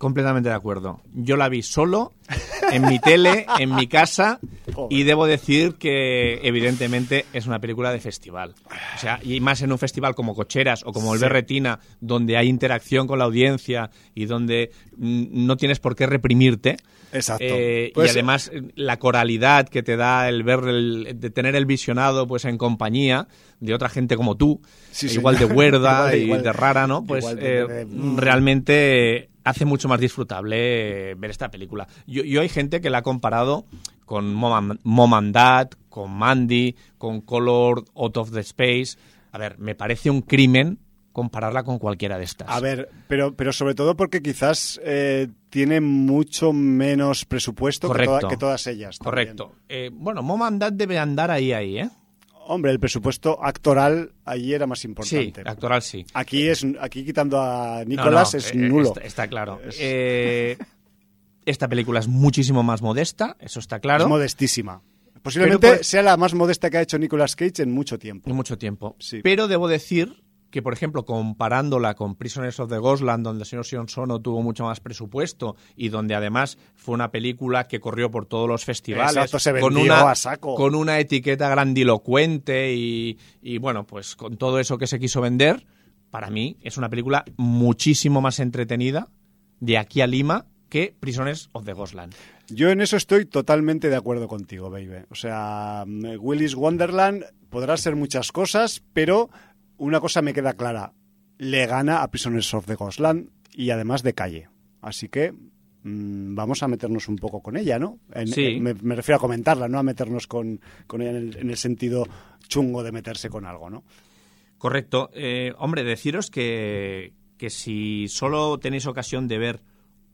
Completamente de acuerdo. Yo la vi solo, en mi tele, en mi casa, y debo decir que evidentemente es una película de festival. O sea, y más en un festival como Cocheras o como el Sí. Berretina, donde hay interacción con la audiencia y donde mm, no tienes por qué reprimirte. Exacto. Eh, Pues, y además la coralidad que te da el ver, el, de tener el visionado pues en compañía de otra gente como tú, Sí, igual señor. de huerda Igual, y igual. de rara, ¿no? Pues Igual de- eh, de- de- realmente hace mucho más disfrutable ver esta película. Yo, yo hay gente que la ha comparado con Mom, Mom and Dad, con Mandy, con Color Out of the Space. A ver, me parece un crimen compararla con cualquiera de estas. A ver, pero, pero sobre todo porque quizás eh, tiene mucho menos presupuesto que, Correcto. toda- que todas ellas. también. Correcto. Eh, bueno, Mom and Dad debe andar ahí, ahí, ¿eh? Hombre, el presupuesto actoral allí era más Sí, importante. actoral sí. Aquí es aquí quitando a No, Nicolás no, es eh, nulo. Está, está claro. Es- Eh, esta película es muchísimo más modesta, eso está claro. Es modestísima. Posiblemente Pero, pues- sea la más modesta que ha hecho Nicolas Cage en mucho tiempo. En mucho tiempo. Sí. Pero debo decir que, por ejemplo, comparándola con Prisoners of the Ghostland, donde el señor Sion Sono tuvo mucho más presupuesto y donde además fue una película que corrió por todos los festivales Exacto, se con, vendió una, a saco. con una etiqueta grandilocuente y, y, bueno, pues con todo eso que se quiso vender, para mí es una película muchísimo más entretenida de aquí a Lima que Prisoners of the Ghostland. Yo en eso estoy totalmente de acuerdo contigo, baby. O sea, mm, Willy's Wonderland podrá ser muchas cosas, pero una cosa me queda clara. Le gana a Prisoners of the Ghostland y además de calle. Así que mmm, vamos a meternos un poco con ella, ¿no? En, Sí. en- me, me refiero a comentarla, no a meternos con, con ella en el, en el sentido chungo de meterse con algo, ¿no? Correcto. Eh, hombre, deciros que, que si solo tenéis ocasión de ver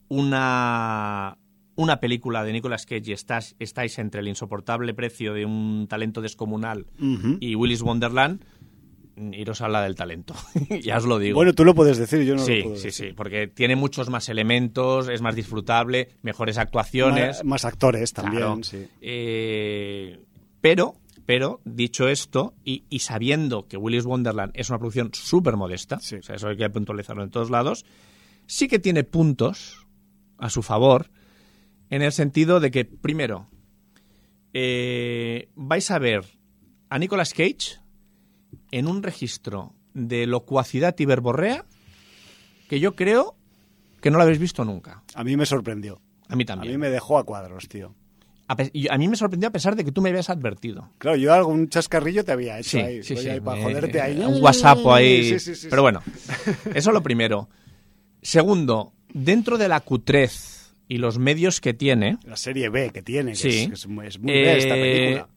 una, una película de Nicolas Cage y estás, estáis entre el insoportable precio de un talento descomunal Ujú. y Willy's Wonderland, iros a la del talento. Ya os lo digo. Bueno, tú lo puedes decir, yo no sí, lo puedo sí, decir. sí, porque tiene muchos más elementos, es más disfrutable, mejores actuaciones. Más, más actores también, Claro. sí. Eh, pero, pero, dicho esto, y, y sabiendo que Willy's Wonderland es una producción súper modesta, Sí. o sea, eso hay que puntualizarlo en todos lados, sí que tiene puntos a su favor, en el sentido de que, primero, eh, vais a ver a Nicolas Cage en un registro de locuacidad y verborrea que yo creo que no lo habéis visto nunca. A mí me sorprendió. A mí A también. mí me dejó a cuadros, tío. A, pe- y a mí me sorprendió a pesar de que tú me habías advertido. Claro, yo algún chascarrillo te había hecho Sí, ahí. sí, Voy sí. ahí para Eh, joderte ahí. Un WhatsApp ahí. Sí, sí, sí, Pero sí. bueno, eso es lo primero. Segundo, dentro de la cutrez y los medios que tiene, La serie B que tiene, que Sí. es, que es muy, es muy Eh, B esta película.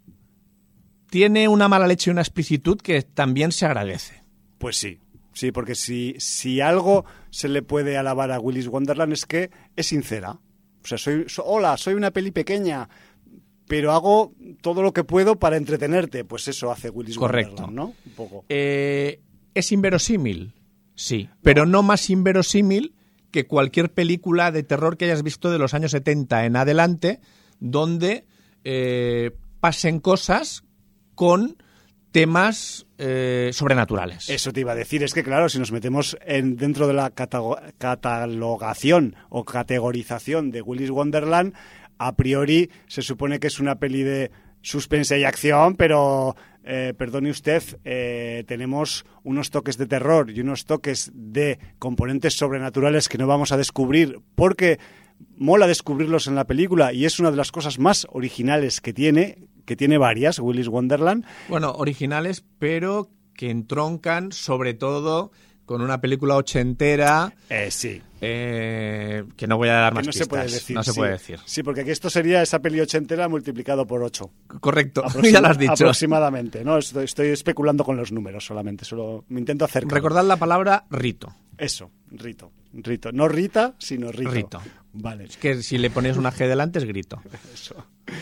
tiene una mala leche y una explicitud que también se agradece. Pues sí. Sí, porque si, si algo se le puede alabar a Willy's Wonderland es que es sincera. O sea, soy, so- hola, soy una peli pequeña, pero hago todo lo que puedo para entretenerte. Pues eso hace Willy's Correcto. Wonderland, ¿no? Un poco. Eh, ¿Es inverosímil? Sí, pero no más inverosímil que cualquier película de terror que hayas visto de los años setenta en adelante, donde eh, pasen cosas con temas eh, sobrenaturales. Eso te iba a decir, es que claro, si nos metemos en, dentro de la catago- catalogación o categorización de Willy's Wonderland, a priori se supone que es una peli de suspense y acción, pero eh, perdone usted, eh, tenemos unos toques de terror y unos toques de componentes sobrenaturales que no vamos a descubrir porque mola descubrirlos en la película y es una de las cosas más originales que tiene, que tiene varias, Willy's Wonderland. Bueno, originales, pero que entroncan sobre todo con una película ochentera Eh, sí. eh, que no voy a dar Que más no pistas. se puede decir. No se sí. puede decir. Sí, porque aquí esto sería esa peli ochentera multiplicado por ocho. Correcto, Aproxima- ya lo has dicho. Aproximadamente, ¿no? Estoy, estoy especulando con los números solamente, solo me intento acercar. Recordad la palabra rito. Eso, Rito. Rito. No Rita, sino Rito. Rito. Vale. Es que si le pones una G delante es grito. Eso.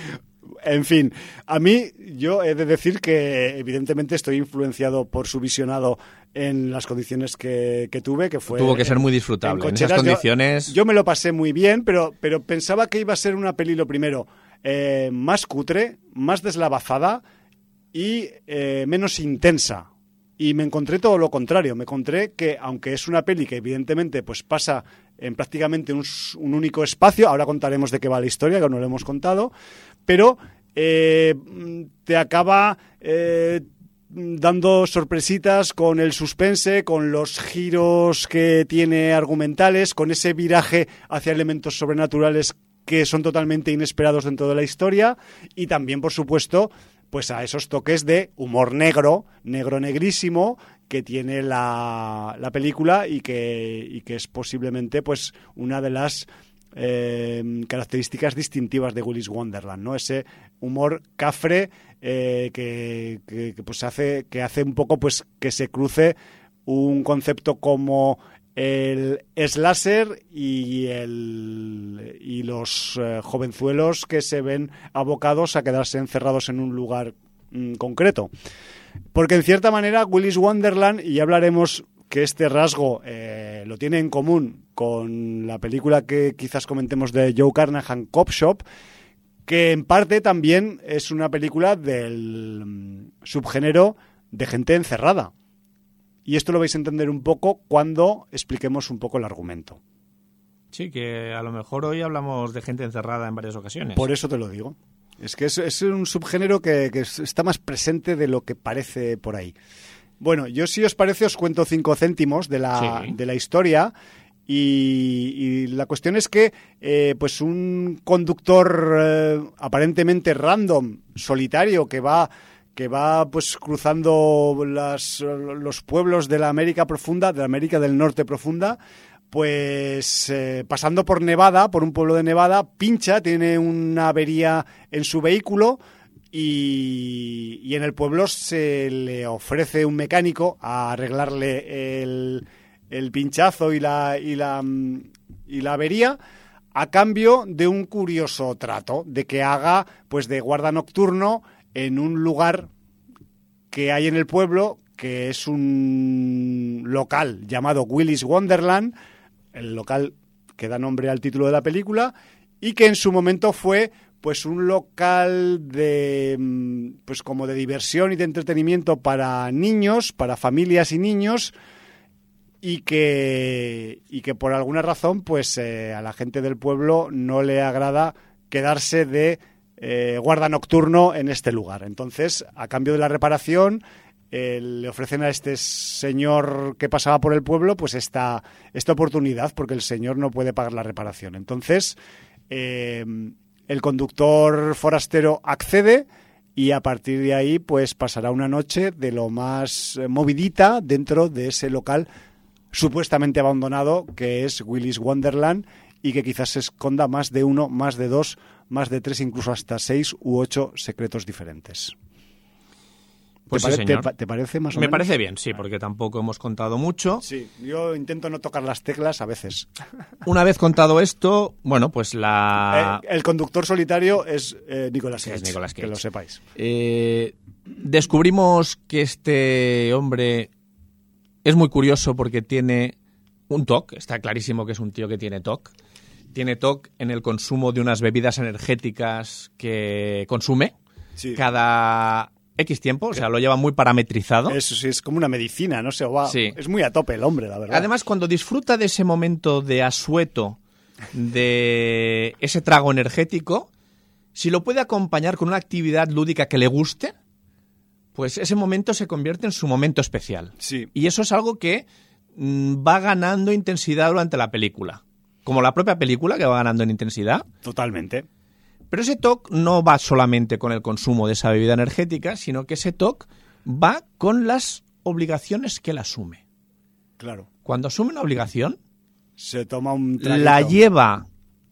En fin, a mí yo he de decir que evidentemente estoy influenciado por su visionado en las condiciones que, que tuve, que fue... Tuvo que ser en- muy disfrutable. En, esas Cocheras. Yo- condiciones... Yo, me lo pasé muy bien, pero, pero pensaba que iba a ser una peli, lo primero, eh, más cutre, más deslavazada y eh, menos intensa. Y me encontré todo lo contrario. Me encontré que, aunque es una peli que evidentemente pues pasa en prácticamente un, un único espacio. Ahora contaremos de qué va la historia, que no lo hemos contado, pero eh, te acaba eh, dando sorpresitas con el suspense, con los giros que tiene argumentales, con ese viraje hacia elementos sobrenaturales que son totalmente inesperados dentro de la historia, y también, por supuesto, pues a esos toques de humor negro, negro negrísimo, que tiene la, la película y que, y que es posiblemente pues una de las eh, características distintivas de Willy's Wonderland, ¿no? Ese humor cafre eh, que, que, que pues hace que hace un poco pues que se cruce un concepto como el slasher y el y los eh, jovenzuelos que se ven abocados a quedarse encerrados en un lugar mm, concreto. Porque en cierta manera Willy's Wonderland, y ya hablaremos que este rasgo eh, lo tiene en común con la película que quizás comentemos de Joe Carnahan, Cop Shop, que en parte también es una película del mm, subgénero de gente encerrada. Y esto lo vais a entender un poco cuando expliquemos un poco el argumento. Sí, que a lo mejor hoy hablamos de gente encerrada en varias ocasiones. Por eso te lo digo. Es que es, es un subgénero que, que está más presente de lo que parece por ahí. Bueno, yo si os parece os cuento cinco céntimos de la, sí. de la historia. Y, y la cuestión es que eh, pues un conductor eh, aparentemente random, solitario, que va... que va pues cruzando las, los pueblos de la América profunda, de la América del Norte profunda, pues eh, pasando por Nevada, por un pueblo de Nevada, pincha, tiene una avería en su vehículo y, y en el pueblo se le ofrece un mecánico a arreglarle el, el pinchazo y la, y la, y la avería, a cambio de un curioso trato, de que haga pues de guarda nocturno en un lugar que hay en el pueblo, que es un local llamado Willy's Wonderland, el local que da nombre al título de la película, y que en su momento fue pues un local de pues como de diversión y de entretenimiento para niños, para familias y niños, y que y que por alguna razón pues eh, a la gente del pueblo no le agrada quedarse de Eh, guarda nocturno en este lugar. Entonces, a cambio de la reparación, eh, le ofrecen a este señor que pasaba por el pueblo pues esta, esta oportunidad, porque el señor no puede pagar la reparación. Entonces, eh, el conductor forastero accede y a partir de ahí pues pasará una noche de lo más movidita dentro de ese local supuestamente abandonado que es Willy's Wonderland, y que quizás se esconda más de uno, más de dos, más de tres, incluso hasta seis u ocho secretos diferentes. Pues ¿Te, sí, pare- señor. te, ¿Te parece más o Me menos? parece bien, sí, porque tampoco hemos contado mucho. Sí, yo intento no tocar las teclas a veces. Una vez contado esto, bueno, pues la... Eh, el conductor solitario es eh, Nicolas Sí, Cage, es Nicolas Cage. que lo sepáis. Eh, descubrimos que este hombre es muy curioso porque tiene un T O C, está clarísimo que es un tío que tiene T O C. Tiene T O C en el consumo de unas bebidas energéticas que consume Sí. cada X tiempo, o sea, lo lleva muy parametrizado. Eso sí, es como una medicina, no sé, va, Sí. es muy a tope el hombre, la verdad. Además, cuando disfruta de ese momento de asueto, de ese trago energético, si lo puede acompañar con una actividad lúdica que le guste, pues ese momento se convierte en su momento especial. Sí. Y eso es algo que mm, va ganando intensidad durante la película. Como la propia película, que va ganando en intensidad. Totalmente. Pero ese T O C no va solamente con el consumo de esa bebida energética, sino que ese T O C va con las obligaciones que él asume. Claro. Cuando asume una obligación, Se toma un traguito. la lleva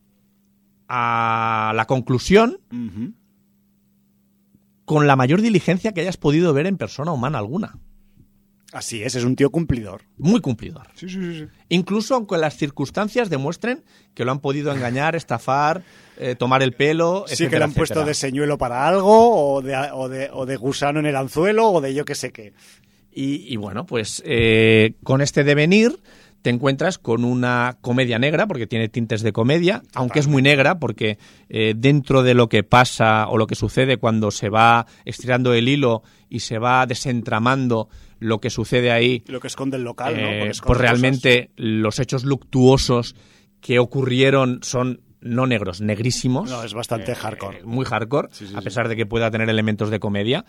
a la conclusión Ujú. con la mayor diligencia que hayas podido ver en persona humana alguna. Así es, es un tío cumplidor. Muy cumplidor. Sí, sí, sí. sí. Incluso aunque las circunstancias demuestren que lo han podido engañar, estafar, eh, tomar el pelo, Sí, etcétera, que le han etcétera. puesto de señuelo para algo, o de, o, de, o de gusano en el anzuelo, o de yo que sé qué. Y, y bueno, pues eh, con este devenir te encuentras con una comedia negra, porque tiene tintes de comedia, aunque es muy negra, porque eh, dentro de lo que pasa o lo que sucede cuando se va estirando el hilo y se va desentramando lo que sucede ahí. Lo que esconde el local, eh, ¿no? Pues cosas. realmente los hechos luctuosos que ocurrieron son no negros, negrísimos. No, es bastante eh, hardcore. Muy hardcore, sí, sí, a pesar sí. de que pueda tener elementos de comedia.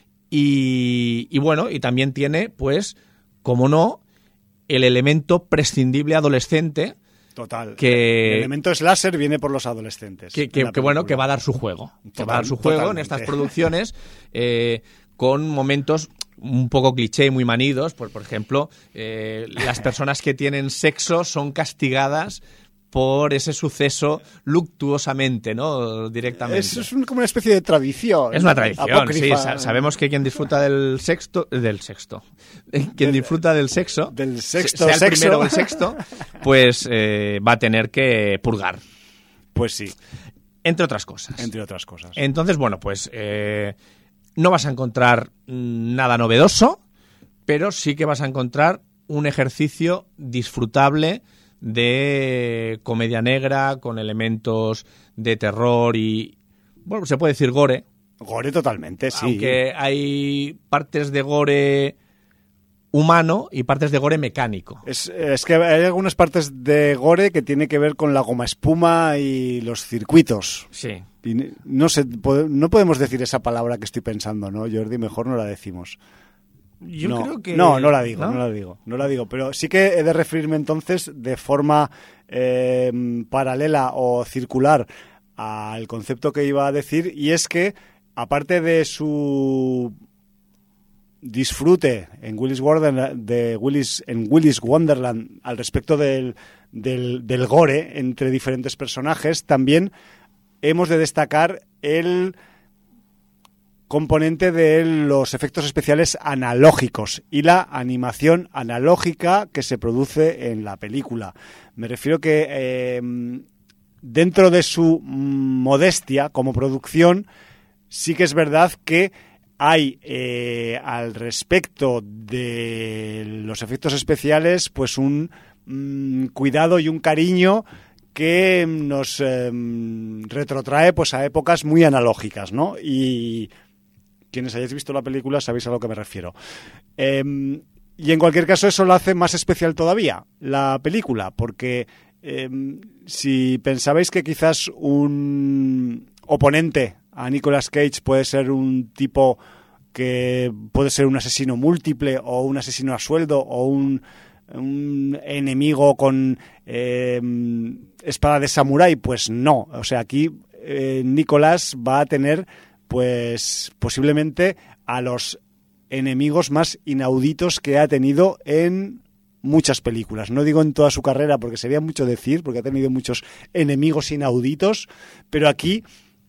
Y, y bueno, y también tiene, pues, como no, el elemento prescindible adolescente. Total. Que, el elemento slasher viene por los adolescentes. Que, que, que bueno, que va a dar su juego. Total, que va a dar su juego totalmente. En estas producciones eh, con momentos un poco cliché y muy manidos. Por, por ejemplo, eh, las personas que tienen sexo son castigadas por ese suceso luctuosamente, ¿no? Directamente. Es, es un, como una especie de tradición. Es una tradición, apócrifa. sí. Sa- sabemos que quien disfruta del sexto... Del sexto. Quien del, disfruta del sexo... Del sexto sea el sexo. primero o el sexto, pues eh, va a tener que purgar. Pues sí. Entre otras cosas. Entre otras cosas. Entonces, bueno, pues eh, no vas a encontrar nada novedoso, pero sí que vas a encontrar un ejercicio disfrutable de comedia negra con elementos de terror y, bueno, se puede decir gore. Gore totalmente, sí. Aunque hay partes de gore humano y partes de gore mecánico. Es, es que hay algunas partes de gore que tiene que ver con la goma espuma y los circuitos. Sí. Y no sé, no podemos decir esa palabra que estoy pensando, ¿no, Jordi? Mejor no la decimos. Yo no, creo que... No, no la digo, ¿no? no la digo, no la digo. Pero sí que he de referirme entonces de forma eh, paralela o circular al concepto que iba a decir, y es que, aparte de su disfrute en Willis Wonderland, de Willis, en Willis Wonderland al respecto del, del, del gore entre diferentes personajes, también hemos de destacar el componente de los efectos especiales analógicos y la animación analógica que se produce en la película. Me refiero que eh, dentro de su modestia como producción, sí que es verdad que hay eh, al respecto de los efectos especiales pues un mm, cuidado y un cariño que nos eh, retrotrae pues a épocas muy analógicas, ¿no? Y quienes hayáis visto la película sabéis a lo que me refiero. Eh, y en cualquier caso eso lo hace más especial todavía, la película, porque eh, si pensabais que quizás un oponente a Nicolas Cage puede ser un tipo que puede ser un asesino múltiple o un asesino a sueldo o un, un enemigo con eh, espada de samurái, pues no. O sea, aquí eh, Nicolas va a tener pues posiblemente a los enemigos más inauditos que ha tenido en muchas películas. No digo en toda su carrera porque sería mucho decir, porque ha tenido muchos enemigos inauditos, pero aquí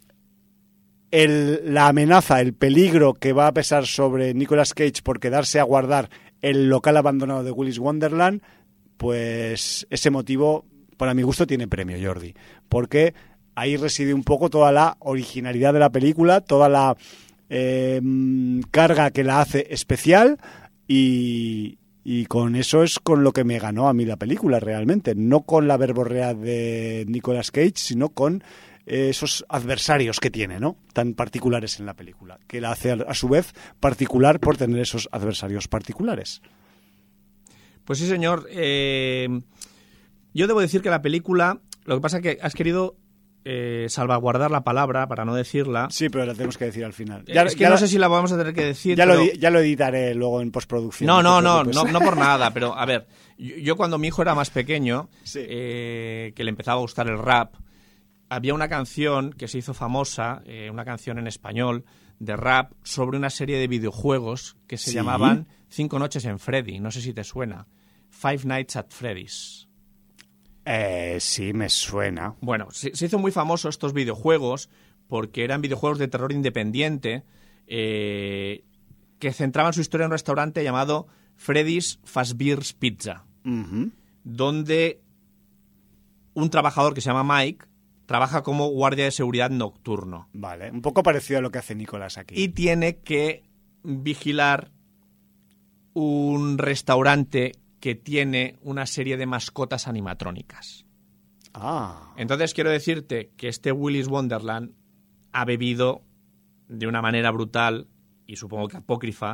el, la amenaza, el peligro que va a pesar sobre Nicolas Cage por quedarse a guardar el local abandonado de Willis Wonderland, pues ese motivo, para mi gusto, tiene premio, Jordi, porque ahí reside un poco toda la originalidad de la película, toda la eh, carga que la hace especial y, y con eso es con lo que me ganó a mí la película realmente, no con la verborrea de Nicolas Cage, sino con eh, esos adversarios que tiene, ¿no? Tan particulares en la película, que la hace a su vez particular por tener esos adversarios particulares. Pues sí, señor. Eh, yo debo decir que la película, lo que pasa es que has querido Eh, salvaguardar la palabra para no decirla. Sí, pero la tenemos que decir al final. Ya, es que ya no la, sé si la vamos a tener que decir. Ya, pero... lo, ya lo editaré luego en postproducción. No, no, no, no, no por nada, pero a ver, yo, yo cuando mi hijo era más pequeño, sí. eh, que le empezaba a gustar el rap, había una canción que se hizo famosa, eh, una canción en español de rap sobre una serie de videojuegos que se ¿Sí? llamaban Cinco noches en Freddy, no sé si te suena. Five Nights at Freddy's. Eh, sí, me suena. Bueno, se, se hizo muy famoso estos videojuegos porque eran videojuegos de terror independiente eh, que centraban su historia en un restaurante llamado Freddy's Fazbear's Pizza, uh-huh. donde un trabajador que se llama Mike trabaja como guardia de seguridad nocturno. Vale, un poco parecido a lo que hace Nicolas aquí. Y tiene que vigilar un restaurante que tiene una serie de mascotas animatrónicas. Ah. Entonces quiero decirte que este Willis Wonderland ha bebido de una manera brutal y supongo que apócrifa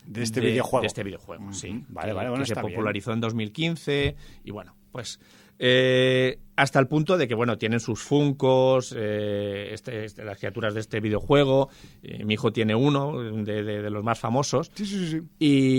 de este de, videojuego. De este videojuego, uh-huh. sí. Vale, que, vale, bueno, que se está popularizó bien. en dos mil quince y bueno, pues... Eh, hasta el punto de que, bueno, tienen sus Funkos, eh, este, este, las criaturas de este videojuego. Eh, mi hijo tiene uno de, de, de los más famosos. Sí, sí, sí.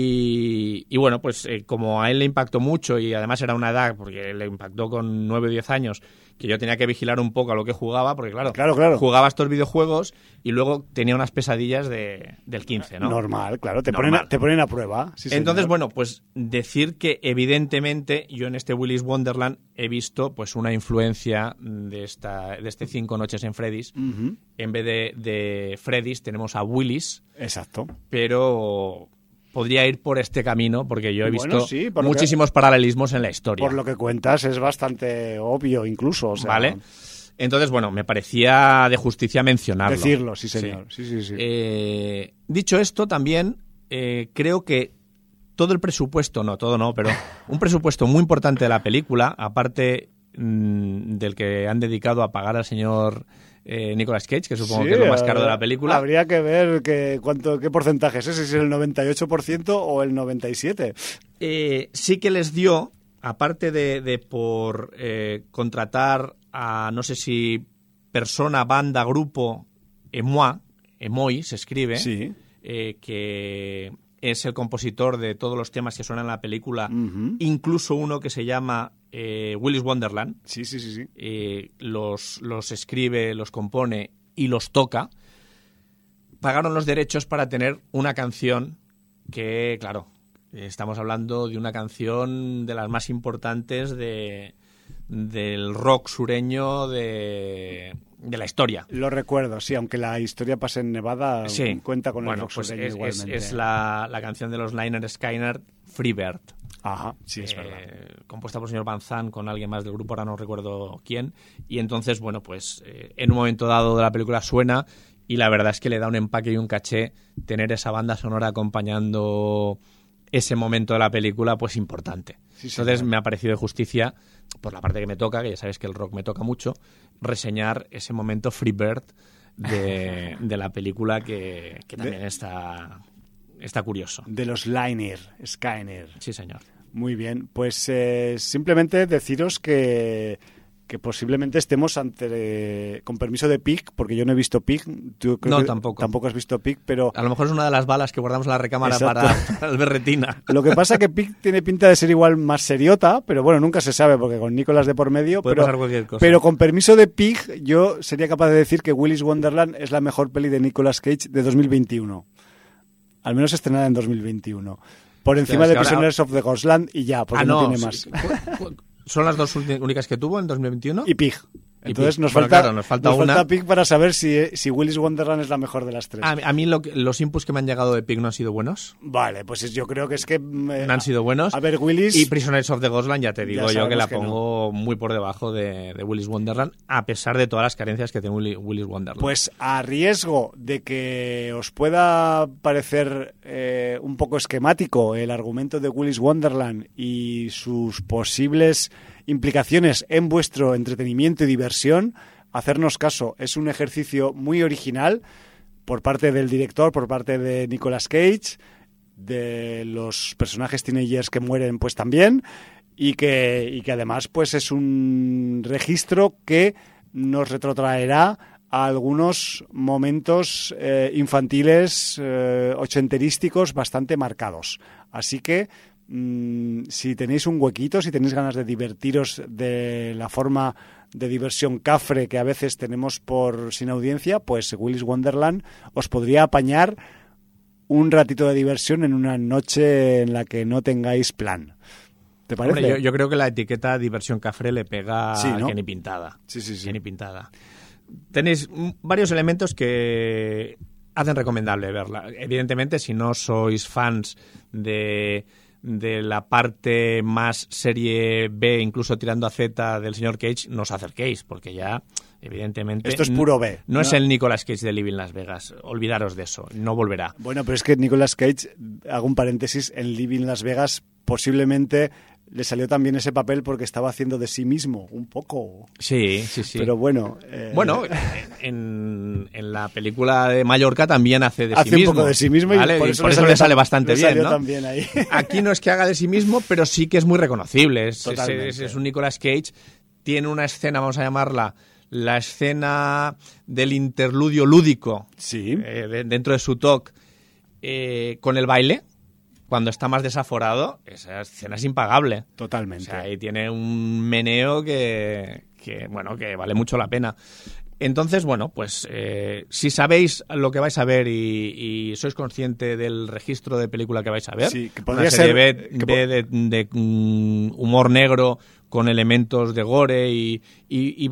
Y, y bueno, pues eh, como a él le impactó mucho y además era una edad, porque le impactó con nueve o diez años, que yo tenía que vigilar un poco a lo que jugaba, porque claro, claro, claro. jugaba estos videojuegos y luego tenía unas pesadillas de, del quince, ¿no? Normal, claro, te, Normal. Ponen, a, te ponen a prueba. Sí, Entonces, señor. bueno, pues decir que evidentemente yo en este Willy's Wonderland he visto pues una influencia de esta de este Cinco Noches en Freddy's. Uh-huh. En vez de, de Freddy's tenemos a Willy's. Exacto. Pero podría ir por este camino porque yo he bueno, visto sí, muchísimos que, paralelismos en la historia. Por lo que cuentas es bastante obvio incluso. O sea, vale. Entonces, bueno, me parecía de justicia mencionarlo. Decirlo, sí, señor. Sí, sí, sí. sí. Eh, dicho esto, también eh, creo que todo el presupuesto, no, todo no, pero un presupuesto muy importante de la película, aparte mmm, del que han dedicado a pagar al señor eh, Nicolas Cage, que supongo sí, que es lo más caro de la película. Habría que ver que, cuánto, qué porcentaje es ese, si es el noventa y ocho por ciento o el noventa y siete por ciento. Eh, sí que les dio, aparte de, de por eh, contratar a, no sé si persona, banda, grupo, Emoi, Emoi se escribe, sí. eh, que es el compositor de todos los temas que suenan en la película, uh-huh. incluso uno que se llama eh, Willy's Wonderland. Sí, sí, sí. sí. Eh, los, los escribe, los compone y los toca. Pagaron los derechos para tener una canción que, claro, estamos hablando de una canción de las más importantes de, del rock sureño de... de la historia. Lo recuerdo, sí, aunque la historia pase en Nevada, sí. cuenta con bueno, el rock pues sureño es, igualmente. Es, es la, la canción de los Lynyrd Skynyrd, Freebird. Ajá, sí, es eh, verdad. Compuesta por el señor Van Zandt con alguien más del grupo, ahora no recuerdo quién. Y entonces, bueno, pues eh, en un momento dado de la película suena y la verdad es que le da un empaque y un caché tener esa banda sonora acompañando ese momento de la película, pues importante. Sí, sí, entonces claro. me ha parecido de justicia, por la parte que me toca, que ya sabes que el rock me toca mucho, reseñar ese momento Freebird de, de la película que, que también de, está, está curioso. De los Lynyrd Skynyrd. Sí, señor. Muy bien, pues eh, simplemente deciros que, que posiblemente estemos ante, eh, con permiso de Pig, porque yo no he visto Pig. Tú creo no, que tampoco. Tampoco has visto Pig, pero... A lo mejor es una de las balas que guardamos en la recámara para, para el berretina. Lo que pasa es que Pig tiene pinta de ser igual más seriota, pero bueno, nunca se sabe, porque con Nicolas de por medio... Puede pero, pasar cualquier cosa. Pero con permiso de Pig, yo sería capaz de decir que Willy's Wonderland es la mejor peli de Nicolas Cage de dos mil veintiuno. Al menos estrenada en dos mil veintiuno. Por encima de Prisoners ahora... of the Ghostland y ya, porque ah, no, no tiene sí. más. ¿Son las dos únicas que tuvo en dos mil veintiuno? Y Pig. Entonces Pig. nos Bueno, falta, claro, nos falta nos una. falta Pig para saber si, si Willy's Wonderland es la mejor de las tres. A, a mí lo que, los inputs que me han llegado de Pig no han sido buenos. Vale, pues yo creo que es que... Eh, no han sido buenos. A ver, Willy's... Y Prisoners of the Ghostland ya te digo ya yo que la que pongo no. muy por debajo de, de Willy's Wonderland, a pesar de todas las carencias que tiene Willy, Willy's Wonderland. Pues a riesgo de que os pueda parecer eh, un poco esquemático el argumento de Willy's Wonderland y sus posibles implicaciones en vuestro entretenimiento y diversión, hacernos caso. Es un ejercicio muy original por parte del director, por parte de Nicolas Cage, de los personajes teenagers que mueren pues también, y que, y que además pues es un registro que nos retrotraerá a algunos momentos eh, infantiles eh, ochenterísticos bastante marcados. Así que mmm, si tenéis un huequito, si tenéis ganas de divertiros de la forma de diversión cafre que a veces tenemos por sin audiencia, pues Willy's Wonderland os podría apañar un ratito de diversión en una noche en la que no tengáis plan. ¿Te parece? Hombre, yo, yo creo que la etiqueta diversión cafre le pega sí, ¿no? que ni pintada. Sí, sí, sí. Que ni pintada. Tenéis varios elementos que hacen recomendable verla. Evidentemente, si no sois fans de, de la parte más serie B, incluso tirando a Z del señor Cage, no os acerquéis, porque ya, evidentemente... Esto es puro B. No, no es el Nicolas Cage de Living Las Vegas. Olvidaros de eso. No volverá. Bueno, pero es que Nicolas Cage, hago un paréntesis, en Living Las Vegas posiblemente le salió también ese papel porque estaba haciendo de sí mismo, un poco. Sí, sí, sí. Pero bueno... Eh... Bueno, en, en la película de Mallorca también hace de hace sí mismo. Hace un poco de sí mismo, ¿vale? y por y eso, por le, eso le sale bastante le bien, ¿no? También ahí. Aquí no es que haga de sí mismo, pero sí que es muy reconocible. Es, Totalmente. es, es un Nicolas Cage. Tiene una escena, vamos a llamarla, la escena del interludio lúdico, sí. eh, de, dentro de su talk, eh, con el baile. Cuando está más desaforado, esa escena es impagable. Totalmente. O sea, ahí tiene un meneo que, que bueno, que vale mucho la pena. Entonces, bueno, pues eh, si sabéis lo que vais a ver y, y sois consciente del registro de película que vais a ver, sí, que podría una serie ser, B, que B de, de, de um, humor negro con elementos de gore y, y, y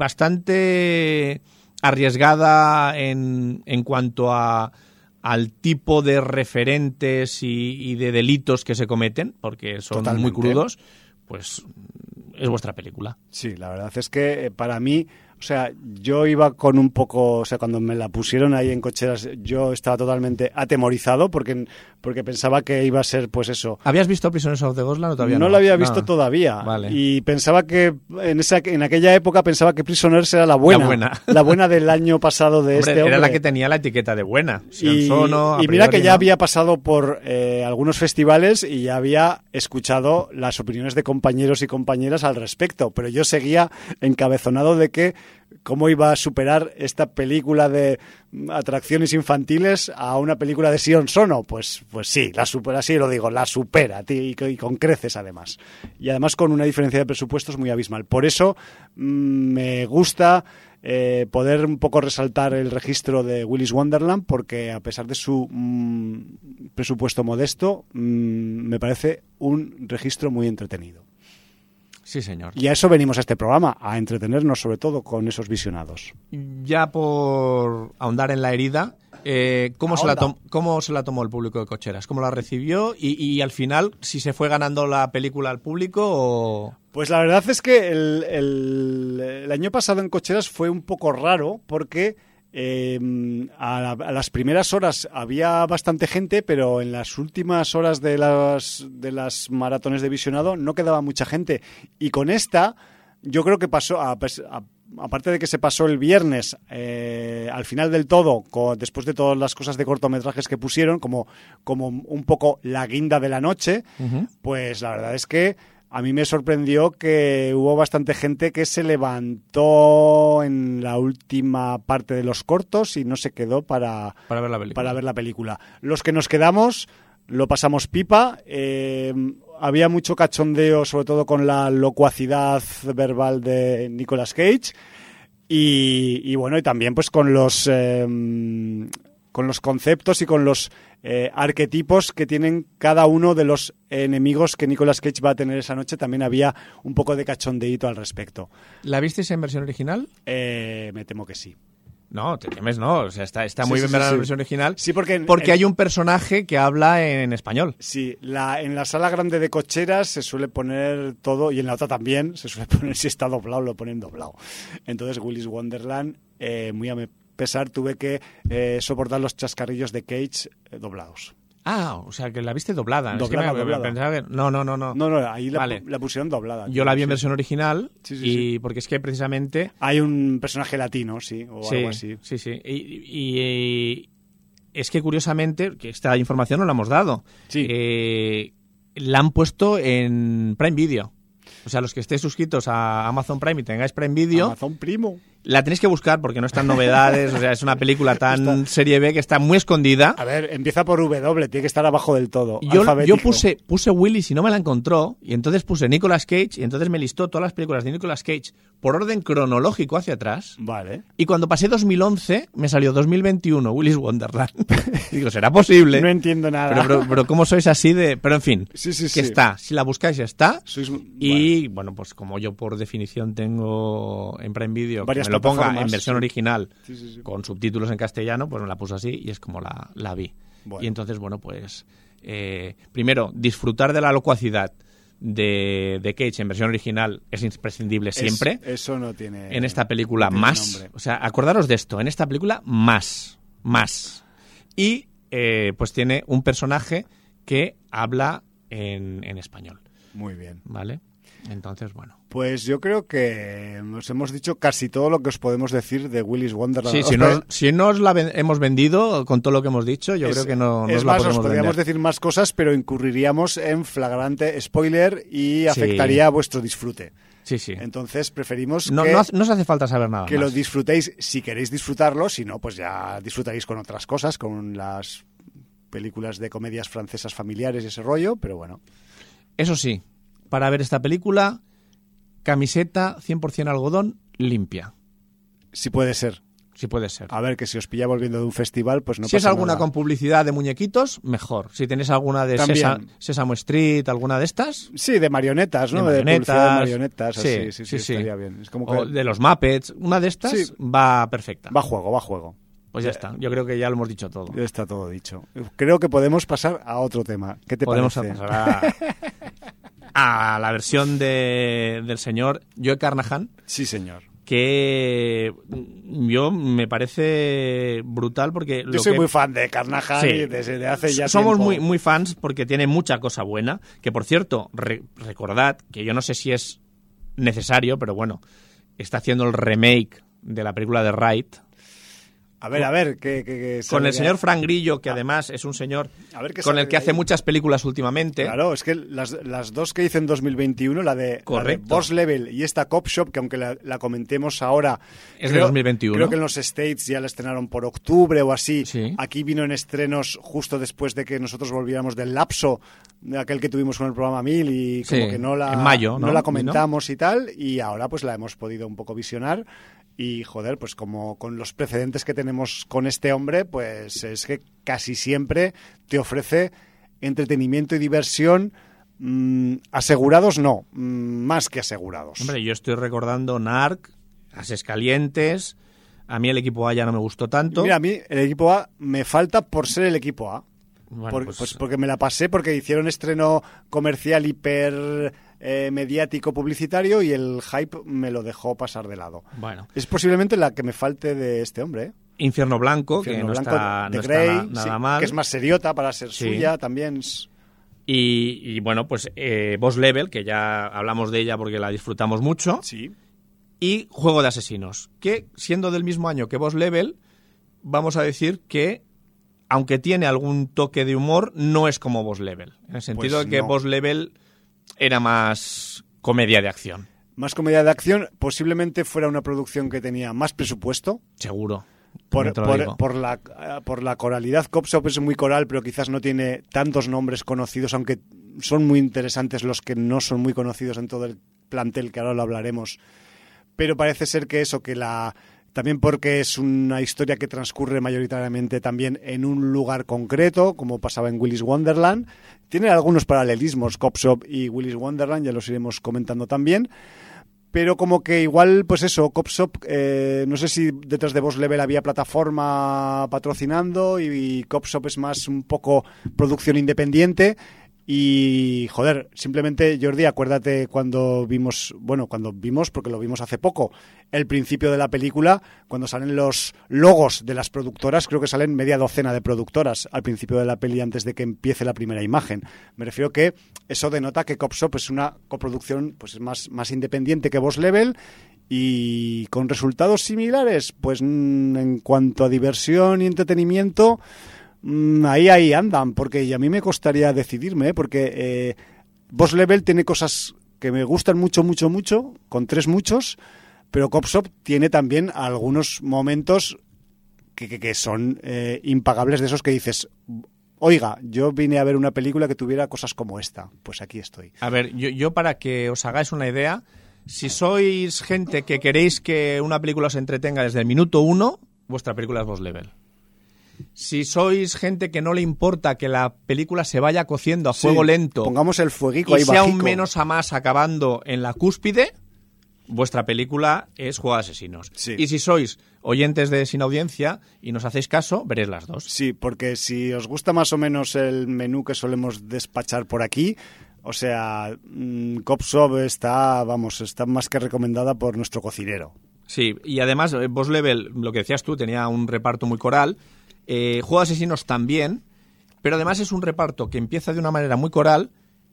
bastante arriesgada en, en cuanto a al tipo de referentes y, y de delitos que se cometen, porque son Totalmente. muy crudos, pues es vuestra película. Sí, la verdad es que para mí, o sea, yo iba con un poco, o sea, cuando me la pusieron ahí en Cocheras, yo estaba totalmente atemorizado porque, porque pensaba que iba a ser, pues eso. ¿Habías visto Prisoners of the Ghostland o todavía no? No la había visto no. todavía. Vale. Y pensaba que, en esa en aquella época, pensaba que Prisoners era la buena. La buena. La buena del año pasado de hombre, este hombre. Era la que tenía la etiqueta de buena. Y, Sono, y priori, mira que ya ¿no? había pasado por eh, algunos festivales y ya había escuchado las opiniones de compañeros y compañeras al respecto, pero yo seguía encabezonado de que cómo iba a superar esta película de atracciones infantiles a una película de Sion Sono. Pues, pues sí, la supera, sí lo digo, la supera, tío, y, y con creces además. Y además con una diferencia de presupuestos muy abismal. Por eso mmm, me gusta eh, poder un poco resaltar el registro de Willy's Wonderland, porque a pesar de su mmm, presupuesto modesto, mmm, me parece un registro muy entretenido. Sí, señor. Y a eso venimos a este programa, a entretenernos sobre todo con esos visionados. Ya por ahondar en la herida, eh, ¿cómo, se la tom- ¿cómo se la tomó el público de Cocheras? ¿Cómo la recibió? Y, y al final, ¿si se fue ganando la película al público o...? Pues la verdad es que el, el, el año pasado en Cocheras fue un poco raro porque... Eh, a, la, a las primeras horas había bastante gente, pero en las últimas horas de las, de las maratones de visionado no quedaba mucha gente. Y con esta, yo creo que pasó, a, a, aparte de que se pasó el viernes, eh, al final del todo, con, después de todas las cosas de cortometrajes que pusieron, como, como un poco la guinda de la noche, uh-huh. Pues la verdad es que a mí me sorprendió que hubo bastante gente que se levantó en la última parte de los cortos y no se quedó para, para, ver, la película. para ver la película. Los que nos quedamos lo pasamos pipa. Eh, había mucho cachondeo, sobre todo con la locuacidad verbal de Nicolas Cage. Y, y bueno, y también pues con los... Eh, con los conceptos y con los eh, arquetipos que tienen cada uno de los enemigos que Nicolas Cage va a tener esa noche. También había un poco de cachondeíto al respecto. ¿La visteis en versión original? Eh, me temo que sí. No, te temes, no. O sea, está, está sí, muy sí, bien sí, ver sí. la versión original. Sí, porque, en, porque en, hay un personaje que habla en español. Sí, la, en la sala grande de Cocheras se suele poner todo, y en la otra también, se suele poner, si está doblado, lo ponen doblado. Entonces, Willy's Wonderland, eh, muy a mi pesar, tuve que eh, soportar los chascarrillos de Cage eh, doblados. Ah, o sea, que la viste doblada. Doblada, es que me, doblada. Pensaba que... No, no, no, no. No, no, ahí la, vale. la pusieron doblada. Yo la vi en sí. versión original, sí, sí, y sí. porque es que precisamente... Hay un personaje latino, sí, o sí, algo así. Sí, sí. Y, y, y es que curiosamente, que esta información no la hemos dado, sí. eh, la han puesto en Prime Video. O sea, los que estéis suscritos a Amazon Prime y tengáis Prime Video... Amazon Primo. La tenéis que buscar porque no están novedades, o sea, es una película tan está... serie B que está muy escondida. A ver, empieza por W, tiene que estar abajo del todo. Yo, yo puse, puse Willy si no me la encontró, y entonces puse Nicolas Cage, y entonces me listó todas las películas de Nicolas Cage por orden cronológico hacia atrás. Vale. Y cuando pasé dos mil once, me salió dos mil veintiuno, Willy's Wonderland. Digo, ¿será posible? No entiendo nada. Pero, pero, pero ¿cómo sois así de...? Pero en fin, sí, sí, que sí. está. Si la buscáis, está. Sois... Y, bueno. bueno, pues como yo por definición tengo en Prime Video, que me lo ponga en versión sí. original, sí, sí, sí. con subtítulos en castellano, pues me la puso así y es como la, la vi. Bueno. Y entonces, bueno, pues... Eh, primero, disfrutar de la locuacidad de, de Cage en versión original es imprescindible siempre. Es, eso no tiene... En esta película no tiene más. nombre. O sea, acordaros de esto. En esta película más. Más. Y, eh, pues tiene un personaje que habla en, en español. Muy bien. ¿Vale? Entonces, bueno. Pues yo creo que nos hemos dicho casi todo lo que os podemos decir de Willy's Wonderland. Sí, si no, si no os la ven, hemos vendido con todo lo que hemos dicho, yo es, creo que no, no es os la más, podemos os podríamos vender. decir más cosas, pero incurriríamos en flagrante spoiler y afectaría Sí. a vuestro disfrute. Sí, sí. Entonces preferimos No, que, no, hace- no os hace falta saber nada que más. lo disfrutéis si queréis disfrutarlo, si no, pues ya disfrutaréis con otras cosas, con las películas de comedias francesas familiares y ese rollo, pero bueno. Eso sí, para ver esta película, camiseta cien por ciento algodón limpia, Si puede ser. si puede ser. A ver, que si os pilla volviendo de un festival, pues no si es pasa alguna nada. con publicidad de muñequitos, mejor. Si tenéis alguna de También. Sesa- Sésamo Street, alguna de estas, Sí, de marionetas, ¿no? De De, publicidad de marionetas. marionetas, así, Sí, sí, sí, sí, sí. estaría bien. Es como o que de los Muppets, una de estas Sí. va perfecta. va a juego, va a juego. Pues ya está, yo creo que ya lo hemos dicho todo. Ya está todo dicho. Creo que podemos pasar a otro tema. ¿Qué te Podemos parece? pasar a, a la versión de, del señor Joe Carnahan, Sí, señor. que yo me parece brutal porque Yo lo soy que- muy fan de Carnahan Sí. y desde hace ya somos tiempo. muy muy fans porque tiene mucha cosa buena, que por cierto, re- recordad que yo no sé si es necesario, pero bueno, está haciendo el remake de la película de Wright A ver, a ver, que, que, que con el salga- señor Frank Grillo, que además es un señor A ver qué con sale el que de hace ahí. muchas películas últimamente. Claro, es que las, las dos que hice en dos mil veintiuno, la de, la de Correcto. Boss Level y esta Cop Shop, que aunque la, la comentemos ahora... Es de dos mil veintiuno. Creo que en los States ya la estrenaron por octubre o así. Sí. Aquí vino en estrenos justo después de que nosotros volviéramos del lapso, de aquel que tuvimos con el programa Mil y como Sí, que no la, en mayo, ¿no? la comentamos y tal, y ahora pues la hemos podido un poco visionar. Y, joder, pues como con los precedentes que tenemos con este hombre, pues es que casi siempre te ofrece entretenimiento y diversión mmm, asegurados, no, mmm, más que asegurados. Hombre, yo estoy recordando Narc, Ases Calientes. A mí el equipo A ya no me gustó tanto. Mira, a mí el equipo A me falta por ser el equipo A. Bueno, Por- pues- pues porque me la pasé, porque hicieron estreno comercial hiper eh, mediático publicitario y el hype me lo dejó pasar de lado. Bueno, Es posiblemente la que me falte de este hombre, ¿eh? Infierno Blanco, Infierno que no Blanco está, de no está Grey, na- nada sí, mal. que es más seriota para ser Sí. suya, también es- Y, y, bueno, pues eh, Boss Level, que ya hablamos de ella porque la disfrutamos mucho. sí. Y Juego de Asesinos, que siendo del mismo año que Boss Level, vamos a decir que, aunque tiene algún toque de humor, no es como Boss Level. En el sentido Pues de que no. Boss Level era más comedia de acción, Más comedia de acción, posiblemente fuera una producción que tenía más presupuesto. seguro. Por, También te lo por, digo. por la, eh, por la coralidad. Cop Shop es muy coral, pero quizás no tiene tantos nombres conocidos, aunque son muy interesantes los que no son muy conocidos en todo el plantel, que ahora lo hablaremos. Pero parece ser que eso, que la... También porque es una historia que transcurre mayoritariamente también en un lugar concreto, como pasaba en Willy's Wonderland. Tiene algunos paralelismos, Cop Shop y Willy's Wonderland, ya los iremos comentando también. Pero como que igual, pues eso, Cop Shop, eh, no sé si detrás de Boss Level había plataforma patrocinando y, y Cop Shop es más un poco producción independiente. Y, joder, simplemente, Jordi, acuérdate cuando vimos, bueno, cuando vimos, porque lo vimos hace poco, el principio de la película, cuando salen los logos de las productoras, creo que salen media docena de productoras al principio de la peli antes de que empiece la primera imagen. Me refiero que eso denota que Cop Shop es una coproducción pues más, más independiente que Boss Level y con resultados similares, pues mm, en cuanto a diversión y entretenimiento... Ahí, ahí andan, porque a mí me costaría decidirme, ¿eh? Porque eh, Boss Level tiene cosas que me gustan mucho, mucho, mucho, con tres muchos, pero Cop Shop tiene también algunos momentos que, que, que son eh, impagables, de esos que dices, oiga, yo vine a ver una película que tuviera cosas como esta, pues aquí estoy. A ver, yo, yo para que os hagáis una idea, si sois gente que queréis que una película os entretenga desde el minuto uno, vuestra película es Boss Level. Si sois gente que no le importa que la película se vaya cociendo a fuego Sí, lento pongamos el fueguico y ahí sea bajico. un menos a más acabando en la cúspide, vuestra película es Juego de Asesinos. Sí. Y si sois oyentes de Sin Audiencia y nos hacéis caso, veréis las dos. Sí, porque si os gusta más o menos el menú que solemos despachar por aquí, o sea, mmm, Cop Shop está, vamos, está más que recomendada por nuestro cocinero. Sí, y además eh, Boss Level, lo que decías tú, tenía un reparto muy coral. Eh, Juego de Asesinos también, pero además es un reparto que empieza de una manera muy coral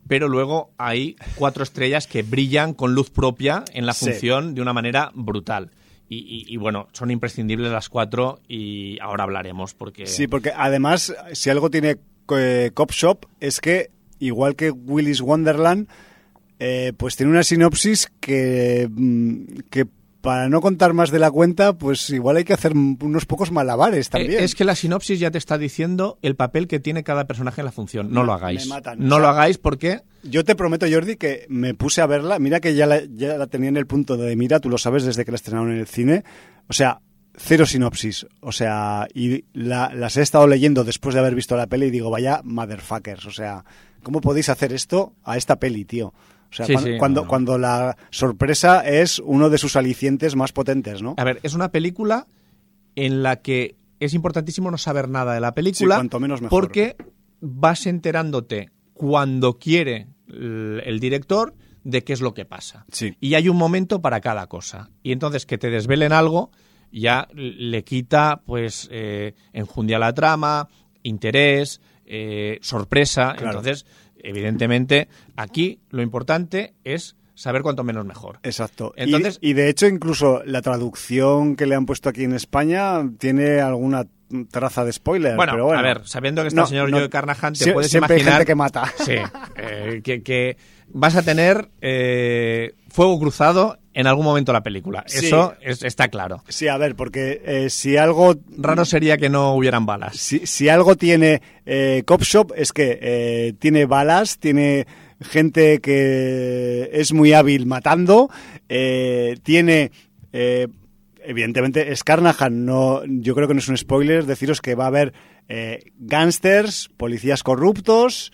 pero luego hay cuatro estrellas que brillan con luz propia en la función sí. de una manera brutal. Y, y, y bueno, son imprescindibles las cuatro y ahora hablaremos porque... Sí, porque además, si algo tiene eh, Cop Shop es que, igual que Willy's Wonderland, eh, pues tiene una sinopsis que, que para no contar más de la cuenta, pues igual hay que hacer unos pocos malabares también. Es que la sinopsis ya te está diciendo el papel que tiene cada personaje en la función. No, no lo hagáis. Me matan. No o sea, lo hagáis porque... Yo te prometo, Jordi, que me puse a verla. Mira que ya la, ya la tenía en el punto de mira, tú lo sabes desde que la estrenaron en el cine. O sea, cero sinopsis. O sea, y la, las he estado leyendo después de haber visto la peli y digo, vaya motherfuckers. O sea, ¿cómo podéis hacer esto a esta peli, tío? O sea, sí, cuando, sí, cuando, no, no. cuando la sorpresa es uno de sus alicientes más potentes, ¿no? A ver, es una película en la que es importantísimo no saber nada de la película. Sí, cuanto menos mejor. Porque vas enterándote cuando quiere el, el director de qué es lo que pasa. Sí. Y hay un momento para cada cosa. Y entonces que te desvelen algo ya le quita, pues, eh, enjundia la trama, interés, eh, sorpresa. Claro. Entonces... Evidentemente, aquí lo importante es saber cuanto menos mejor. Exacto. Entonces, y, y de hecho, incluso la traducción que le han puesto aquí en España tiene alguna traza de spoiler. Bueno, pero bueno. a ver, sabiendo que está no, el señor no, Joe Carnahan, te sie- puedes siempre imaginar... hay gente que mata. Sí, eh, que, que vas a tener eh, fuego cruzado en algún momento de la película. Sí. Eso es, está claro. Sí, a ver, porque eh, si algo... Raro sería que no hubieran balas. Si, si algo tiene eh, Cop Shop es que eh, tiene balas, tiene gente que es muy hábil matando, eh, tiene... Eh, evidentemente, es Carnahan, no, yo creo que no es un spoiler deciros que va a haber eh, gángsters, policías corruptos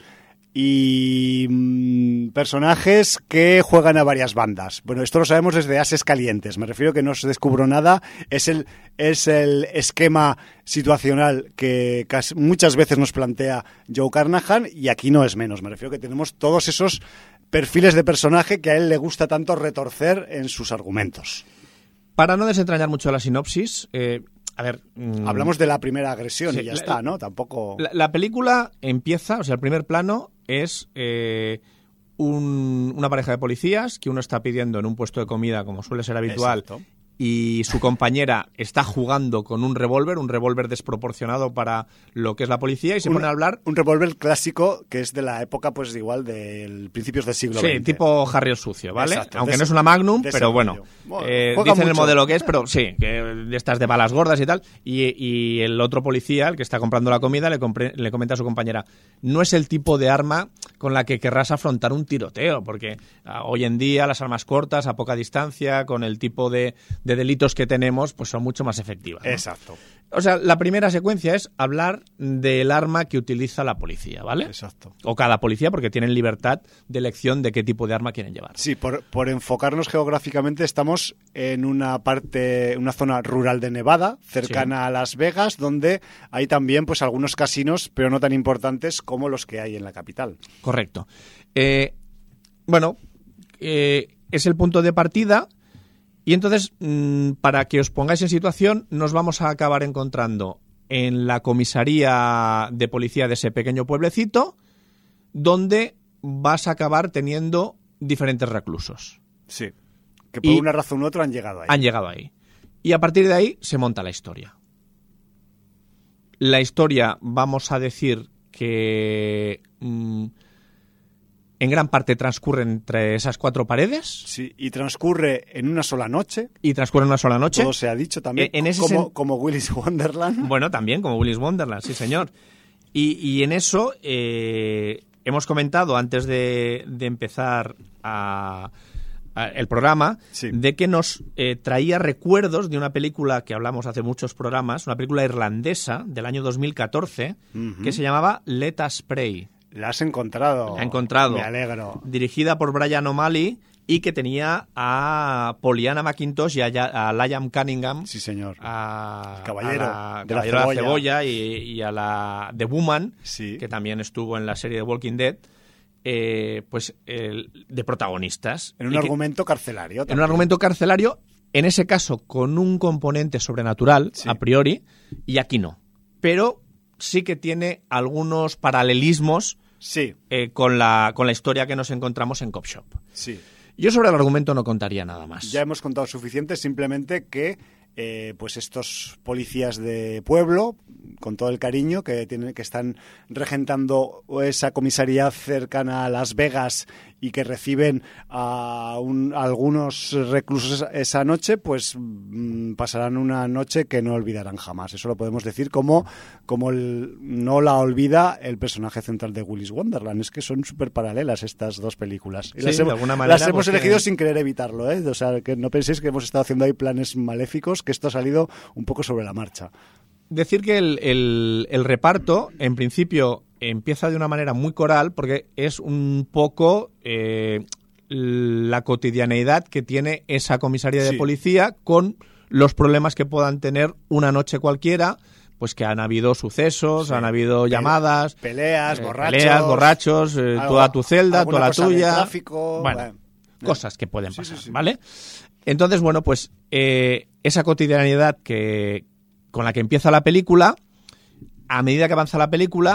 y mmm, personajes que juegan a varias bandas. Bueno, esto lo sabemos desde Ases Calientes, me refiero que no os descubro nada, es el, es el esquema situacional que casi muchas veces nos plantea Joe Carnahan y aquí no es menos, me refiero que tenemos todos esos perfiles de personaje que a él le gusta tanto retorcer en sus argumentos. Para no desentrañar mucho la sinopsis, eh, a ver... Mmm, hablamos de la primera agresión sí, y ya la, está, ¿no? Tampoco... La, la película empieza, o sea, el primer plano es eh, un, una pareja de policías que uno está pidiendo en un puesto de comida, como suele ser habitual, exacto, y su compañera está jugando con un revólver, un revólver desproporcionado para lo que es la policía, y se un, pone a hablar... Un revólver clásico que es de la época, pues igual, de principios del siglo sí, veinte. Sí, tipo Harry el Sucio, ¿vale? Exacto, aunque de no ese, es una Magnum, de pero bueno, bueno eh, juega dicen mucho. el modelo que es, pero sí, que de estas de balas gordas y tal, y, y el otro policía, el que está comprando la comida, le, compre, le comenta a su compañera, no es el tipo de arma con la que querrás afrontar un tiroteo, porque uh, hoy en día las armas cortas, a poca distancia, con el tipo de, de delitos que tenemos, pues son mucho más efectivas, ¿no? Exacto. O sea, la primera secuencia es hablar del arma que utiliza la policía, ¿vale? Exacto. O cada policía, porque tienen libertad de elección de qué tipo de arma quieren llevar. Sí, por, por enfocarnos geográficamente, estamos en una parte, una zona rural de Nevada, cercana sí. a Las Vegas, donde hay también pues algunos casinos, pero no tan importantes como los que hay en la capital. Correcto. Eh, bueno, eh, es el punto de partida. Y entonces, mmm, para que os pongáis en situación, nos vamos a acabar encontrando en la comisaría de policía de ese pequeño pueblecito, donde vas a acabar teniendo diferentes reclusos. Sí, que por y una razón u otra han llegado ahí. Han llegado ahí. Y a partir de ahí se monta la historia. La historia, vamos a decir que... Mmm, en gran parte transcurre entre esas cuatro paredes. Sí, y transcurre en una sola noche. Y transcurre en una sola noche. Todo se ha dicho también, en ese como, sen... como Willy's Wonderland. Bueno, también, como Willy's Wonderland, sí señor. Y, y en eso eh, hemos comentado, antes de, de empezar a, a el programa, sí. de que nos eh, traía recuerdos de una película que hablamos hace muchos programas, una película irlandesa del año dos mil catorce, uh-huh. que se llamaba Let Us Pray. La has encontrado. La he encontrado. Me alegro. Dirigida por Brian O'Malley y que tenía a Pollyanna McIntosh y a, a Liam Cunningham. Sí, señor. A, El caballero, a la, de, caballero la de la cebolla y, y a la The Woman, sí. que también estuvo en la serie de Walking Dead, eh, pues eh, de protagonistas. En un y argumento que, carcelario. También. En un argumento carcelario, en ese caso con un componente sobrenatural, sí. a priori, y aquí no. Pero sí que tiene algunos paralelismos Sí. eh, con, la, con la historia que nos encontramos en Cop Shop. Sí. Yo sobre el argumento no contaría nada más. Ya hemos contado suficiente, simplemente que eh, pues estos policías de pueblo, con todo el cariño, que tienen, que están regentando esa comisaría cercana a Las Vegas y que reciben a, un, a algunos reclusos esa, esa noche, pues mmm, pasarán una noche que no olvidarán jamás. Eso lo podemos decir como, como el, no la olvida el personaje central de Willis Wonderland. Es que son súper paralelas estas dos películas. Y sí, las, de hemos, alguna manera, las hemos porque... elegido sin querer evitarlo, ¿eh? O sea, que no penséis que hemos estado haciendo ahí planes maléficos, que esto ha salido un poco sobre la marcha. Decir que el, el, el reparto, en principio, empieza de una manera muy coral porque es un poco eh, la cotidianeidad que tiene esa comisaría de sí. policía con los problemas que puedan tener una noche cualquiera, pues que han habido sucesos, sí. han habido llamadas, peleas, eh, borrachos, peleas, borrachos, eh, algo, toda tu celda, toda la tuya, tráfico, bueno, bueno, cosas que pueden sí, pasar, sí, sí. ¿vale? Entonces, bueno, pues eh, esa cotidianidad que con la que empieza la película, a medida que avanza la película,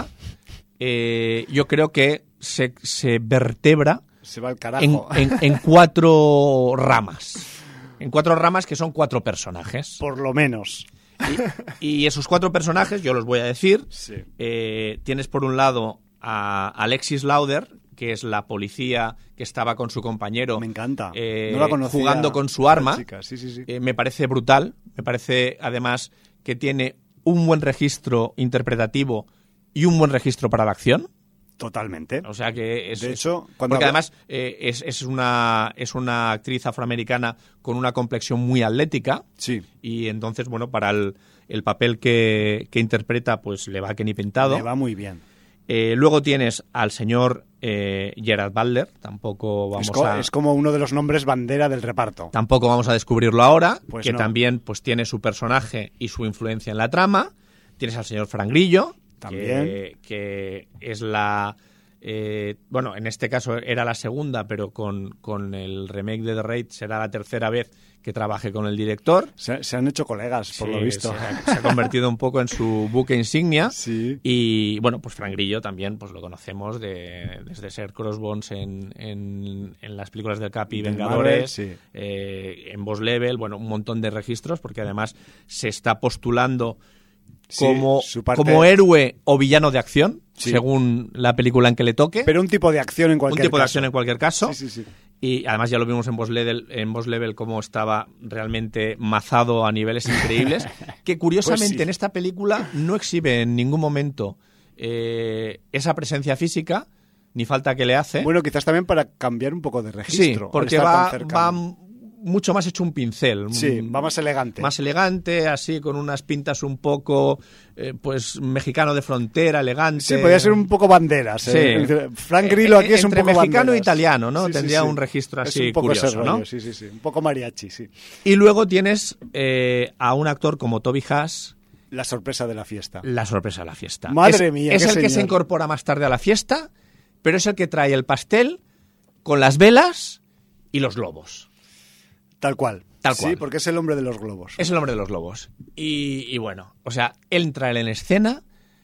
eh, yo creo que se, se vertebra se va al en, carajo. en, en cuatro ramas. En cuatro ramas que son cuatro personajes. Por lo menos. Y, y esos cuatro personajes, yo los voy a decir. Sí. Eh, tienes por un lado a Alexis Lauder, que es la policía que estaba con su compañero. Me encanta. Eh, no la conocía, jugando con su arma. Chica. Sí, sí, sí. Eh, me parece brutal. Me parece, además, que tiene un buen registro interpretativo y un buen registro para la acción. Totalmente. O sea que es... De hecho, cuando porque habla... además eh, es, es, una, es una actriz afroamericana con una complexión muy atlética. Sí. Y entonces, bueno, para el, el papel que, que interpreta, pues le va que ni pintado. Le va muy bien. Eh, luego tienes al señor eh, Gerard Butler, tampoco vamos es co- a... Es como uno de los nombres bandera del reparto. Tampoco vamos a descubrirlo ahora, pues que no. también pues tiene su personaje y su influencia en la trama. Tienes al señor Frank Grillo, también. Que, que es la... Eh, bueno, en este caso era la segunda, pero con, con el remake de The Raid será la tercera vez que trabaje con el director. Se, se han hecho colegas, por sí, lo visto. Se ha, se ha convertido un poco en su buque insignia. Sí. Y bueno, pues Frank Grillo también pues lo conocemos de, desde ser Crossbones en, en, en las películas del Capi y Vengadores, Marvel, sí. eh, en Boss Level, bueno, un montón de registros, porque además se está postulando Sí, como, parte... como héroe o villano de acción, sí. según la película en que le toque. Pero un tipo de acción en cualquier caso. Un tipo de acción en cualquier caso. Sí, sí, sí. Y además ya lo vimos en Boss Level, en Boss Level cómo estaba realmente mazado a niveles increíbles, que curiosamente pues sí. en esta película no exhibe en ningún momento eh, esa presencia física, ni falta que le hace. Bueno, quizás también para cambiar un poco de registro. Sí, porque va, va mucho más hecho un pincel. Sí, va más elegante. Más elegante, así, con unas pintas un poco, eh, pues, mexicano de frontera, elegante. Sí, podría ser un poco banderas. ¿eh? Sí. Frank Grillo aquí eh, es un entre poco mexicano e banderas. italiano, ¿no? Sí, Tendría sí, sí. un registro así es un poco curioso, ese rollo, ¿no? Sí, sí, sí. Un poco mariachi, sí. Y luego tienes eh, a un actor como Toby Haas. La sorpresa de la fiesta. La sorpresa de la fiesta. Madre es, mía, Es qué el señor. que se incorpora más tarde a la fiesta, pero es el que trae el pastel con las velas y los globos. Tal cual. Tal cual. Sí, porque es el hombre de los globos. Es el hombre de los globos. Y, y bueno, o sea, él entra en escena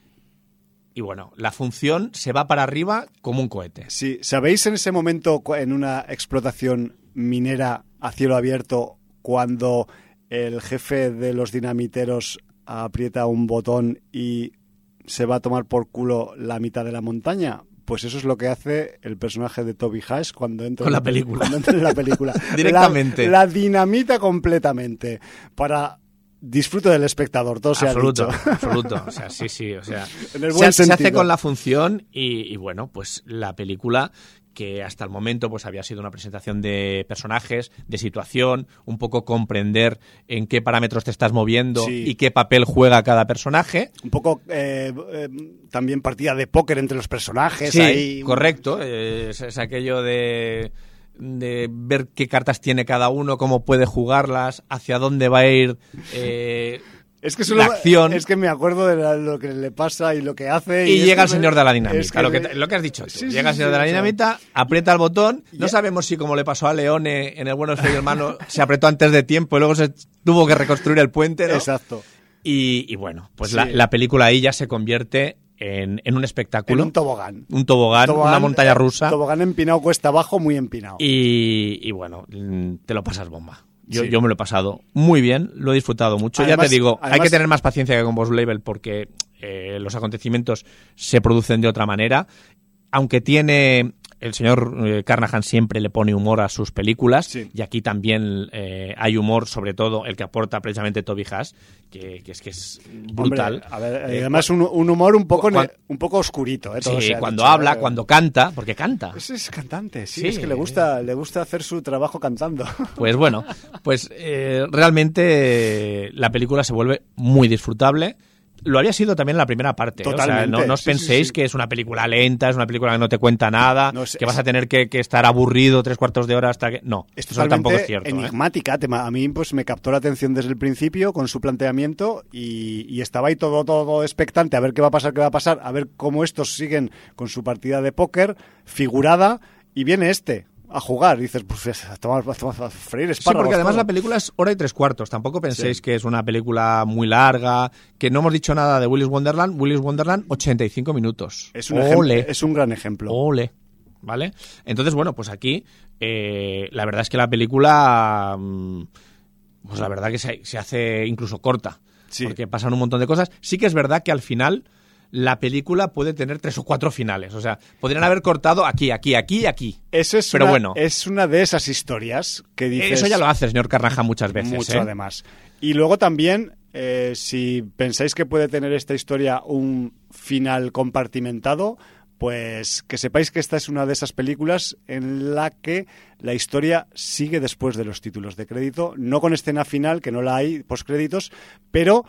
y bueno, la función se va para arriba como un cohete. Sí, ¿sabéis en ese momento, en una explotación minera a cielo abierto, cuando el jefe de los dinamiteros aprieta un botón y se va a tomar por culo la mitad de la montaña? Pues eso es lo que hace el personaje de Toby Haas cuando entra, Con la en, película. Cuando entra en la película. Directamente. La, la dinamita completamente para disfrute del espectador, todo se absoluto, ha dicho. Absoluto, o sea, sí, sí, o sea, en el se, buen se hace sentido. con la función y, y bueno, pues la película que hasta el momento pues había sido una presentación de personajes, de situación, un poco comprender en qué parámetros te estás moviendo sí. y qué papel juega cada personaje. Un poco eh, eh, también partida de póker entre los personajes. Sí, ahí. correcto, es, es aquello de... de ver qué cartas tiene cada uno, cómo puede jugarlas, hacia dónde va a ir eh, es que solo, la acción. Es que me acuerdo de la, lo que le pasa y lo que hace. Y, y llega el me, señor de la dinamita, es que lo, que, me... lo que has dicho tú. Sí, llega el sí, señor sí, de la sí, dinamita, aprieta el botón, no ya. sabemos si como le pasó a Leone en El bueno, el feo y el malo, se apretó antes de tiempo y luego se tuvo que reconstruir el puente, ¿no? Exacto. Y, y bueno, pues sí. la, la película ahí ya se convierte en, en un espectáculo. En un tobogán. Un tobogán, tobogán una montaña rusa. Tobogán empinado, cuesta abajo, muy empinado. Y, y bueno, te lo pasas bomba. Yo, sí. yo me lo he pasado muy bien, lo he disfrutado mucho. Además, ya te digo, además, hay que tener más paciencia que con Boss Level porque eh, los acontecimientos se producen de otra manera. Aunque tiene... El señor eh, Carnahan siempre le pone humor a sus películas, sí. y aquí también eh, hay humor, sobre todo el que aporta precisamente Toby Huss, que, que es que es brutal. Hombre, a ver, eh, además un, un humor un poco cuando, un poco oscurito, ¿eh? Todo sí, cuando dicho, habla, eh, cuando canta, porque canta. Es, es cantante, sí, sí, es que le gusta, le gusta hacer su trabajo cantando. Pues bueno, pues eh, realmente la película se vuelve muy disfrutable. Lo había sido también en la primera parte. Totalmente. O sea, no, no os sí, penséis sí, sí. que es una película lenta, es una película que no te cuenta nada, no, es, que vas a tener que, que estar aburrido tres cuartos de hora hasta que... No, es eso tampoco es cierto. Enigmática. ¿eh? A mí pues me captó la atención desde el principio con su planteamiento y, y estaba ahí todo, todo expectante a ver qué va a pasar, qué va a pasar, a ver cómo estos siguen con su partida de póker figurada y viene este a jugar, y dices, pues a tomar, a tomar, a freír espárragos. Sí, porque además todo. La película es hora y tres cuartos. Tampoco penséis sí. que es una película muy larga, que no hemos dicho nada de Willy's Wonderland. Willy's Wonderland, ochenta y cinco minutos. Es un, ejemplo, es un gran ejemplo. Ole. ¿Vale? Entonces, bueno, pues aquí eh, la verdad es que la película, pues la verdad que se, se hace incluso corta, sí. porque pasan un montón de cosas. Sí que es verdad que al final la película puede tener tres o cuatro finales. O sea, podrían haber cortado aquí, aquí, aquí y aquí. Eso es, Pero una, bueno, es una de esas historias que dices... Eso ya lo hace el señor Carnahan muchas veces. Mucho, ¿eh? además. Y luego también, eh, si pensáis que puede tener esta historia un final compartimentado, pues que sepáis que esta es una de esas películas en la que la historia sigue después de los títulos de crédito, no con escena final, que no la hay postcréditos, pero...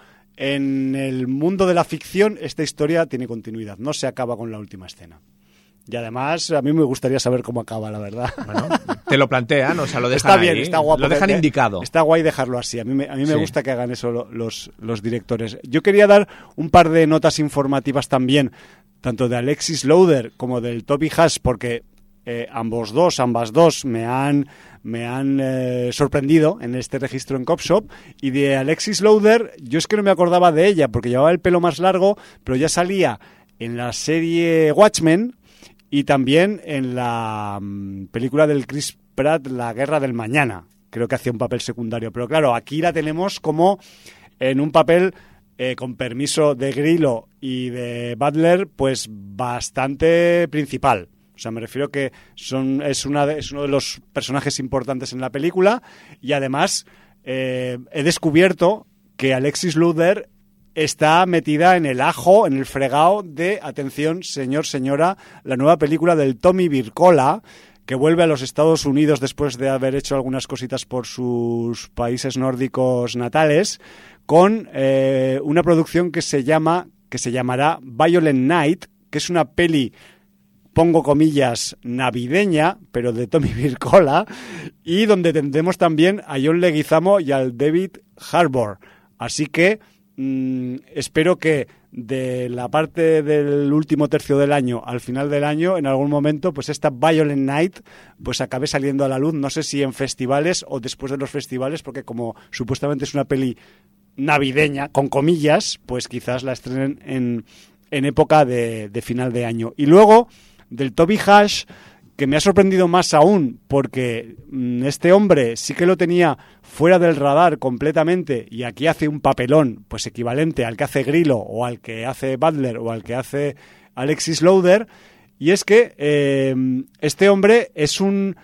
En el mundo de la ficción, esta historia tiene continuidad, no se acaba con la última escena. Y además, a mí me gustaría saber cómo acaba, la verdad. Bueno, te lo plantean, o sea, lo dejan Está bien, ahí, está guapo. Lo dejan indicado. Está guay dejarlo así. A mí me, a mí me sí. gusta que hagan eso los, los directores. Yo quería dar un par de notas informativas también, tanto de Alexis Louder como del Toby Huss, porque eh, ambos dos, ambas dos me han... me han eh, sorprendido en este registro en Cop Shop. Y de Alexis Louder, yo es que no me acordaba de ella porque llevaba el pelo más largo, pero ya salía en la serie Watchmen y también en la um, película del Chris Pratt, La Guerra del Mañana. Creo que hacía un papel secundario, pero claro, aquí la tenemos como en un papel eh, con permiso de Grillo y de Butler, pues bastante principal. O sea, me refiero que son es una de, es uno de los personajes importantes en la película y además eh, he descubierto que Alexis Louder está metida en el ajo, en el fregado de, atención, señor, señora, la nueva película del Tommy Wirkola, que vuelve a los Estados Unidos después de haber hecho algunas cositas por sus países nórdicos natales, con eh, una producción que se llama, que se llamará Violent Night, que es una peli, pongo comillas, navideña, pero de Tommy Wirkola, y donde tendremos también a John Leguizamo y al David Harbour. Así que mmm, espero que de la parte del último tercio del año al final del año, en algún momento, pues esta Violent Night pues acabe saliendo a la luz, no sé si en festivales o después de los festivales, porque como supuestamente es una peli navideña, con comillas, pues quizás la estrenen en, en época de, de final de año. Y luego del Toby Huss, que me ha sorprendido más aún, porque mmm, este hombre sí que lo tenía fuera del radar completamente y aquí hace un papelón pues equivalente al que hace Grillo o al que hace Butler o al que hace Alexis Louder, y es que eh, este hombre es un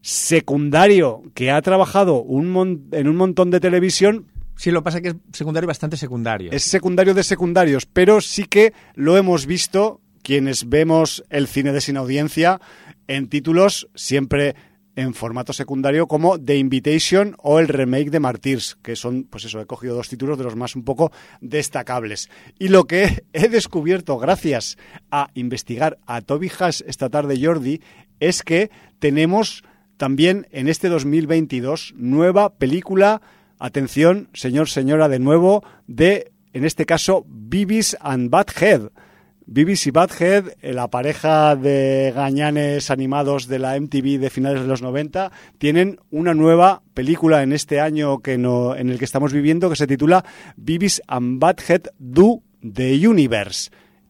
secundario que ha trabajado un mon- en un montón de televisión. Sí, lo que pasa es que es secundario bastante secundario. Es secundario de secundarios, pero sí que lo hemos visto quienes vemos el cine de sin audiencia en títulos siempre en formato secundario como The Invitation o el remake de Martyrs, que son, pues eso, he cogido dos títulos de los más un poco destacables. Y lo que he descubierto gracias a investigar a Toby Huss esta tarde, Jordi, es que tenemos también en este dos mil veintidós nueva película, atención, señor, señora, de nuevo, de, en este caso, Beavis and Butthead. Beavis y Butthead, la pareja de gañanes animados de la M T V de finales de los noventa, tienen una nueva película en este año que no, en el que estamos viviendo, que se titula Beavis and Butthead Do the Universe.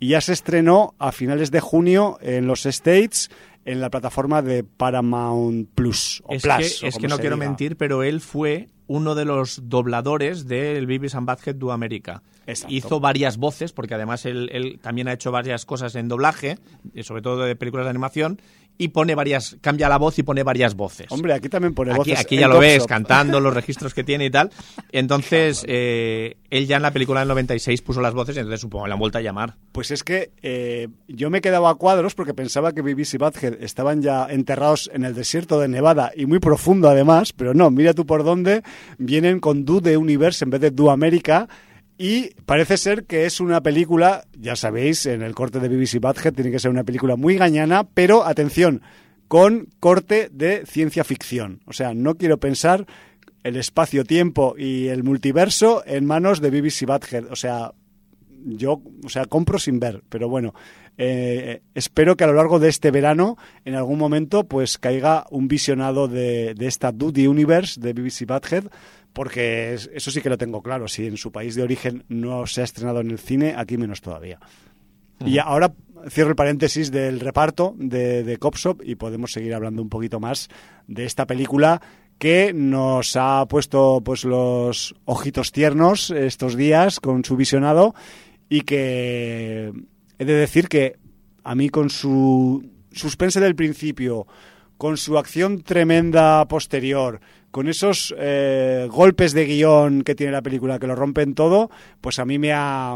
y ya se estrenó a finales de junio en los States en la plataforma de Paramount Plus o es Plus. Que, es que no quiero diga. mentir, pero él fue uno de los dobladores del Beavis and Butthead Do America. Exacto. Hizo varias voces, porque además él, él también ha hecho varias cosas en doblaje, sobre todo de películas de animación, y pone varias, cambia la voz y pone varias voces. Hombre, aquí también pone aquí, voces. Aquí ya lo ves, cantando, los registros que tiene y tal. Entonces, eh, él ya en la película del noventa y seis puso las voces, y entonces supongo que le han vuelto a llamar. Pues es que eh, yo me quedaba a cuadros porque pensaba que Beavis y Butthead estaban ya enterrados en el desierto de Nevada, y muy profundo además, pero no, mira tú por dónde, vienen con Do the Universe en vez de Do America. Y parece ser que es una película, ya sabéis, en el corte de Beavis y Butthead tiene que ser una película muy gañana, pero atención, con corte de ciencia ficción. O sea, no quiero pensar el espacio-tiempo y el multiverso en manos de Beavis y Butthead. O sea, yo, o sea, compro sin ver, pero bueno, eh, espero que a lo largo de este verano, en algún momento, pues caiga un visionado de, de esta Do the Universe de Beavis y Butthead, porque eso sí que lo tengo claro. Si en su país de origen no se ha estrenado en el cine, aquí menos todavía. Uh-huh. Y ahora cierro el paréntesis del reparto de, de Cop Shop y podemos seguir hablando un poquito más de esta película que nos ha puesto pues los ojitos tiernos estos días con su visionado, y que he de decir que a mí, con su suspense del principio, con su acción tremenda posterior, con esos eh, golpes de guión que tiene la película que lo rompen todo, pues a mí me ha,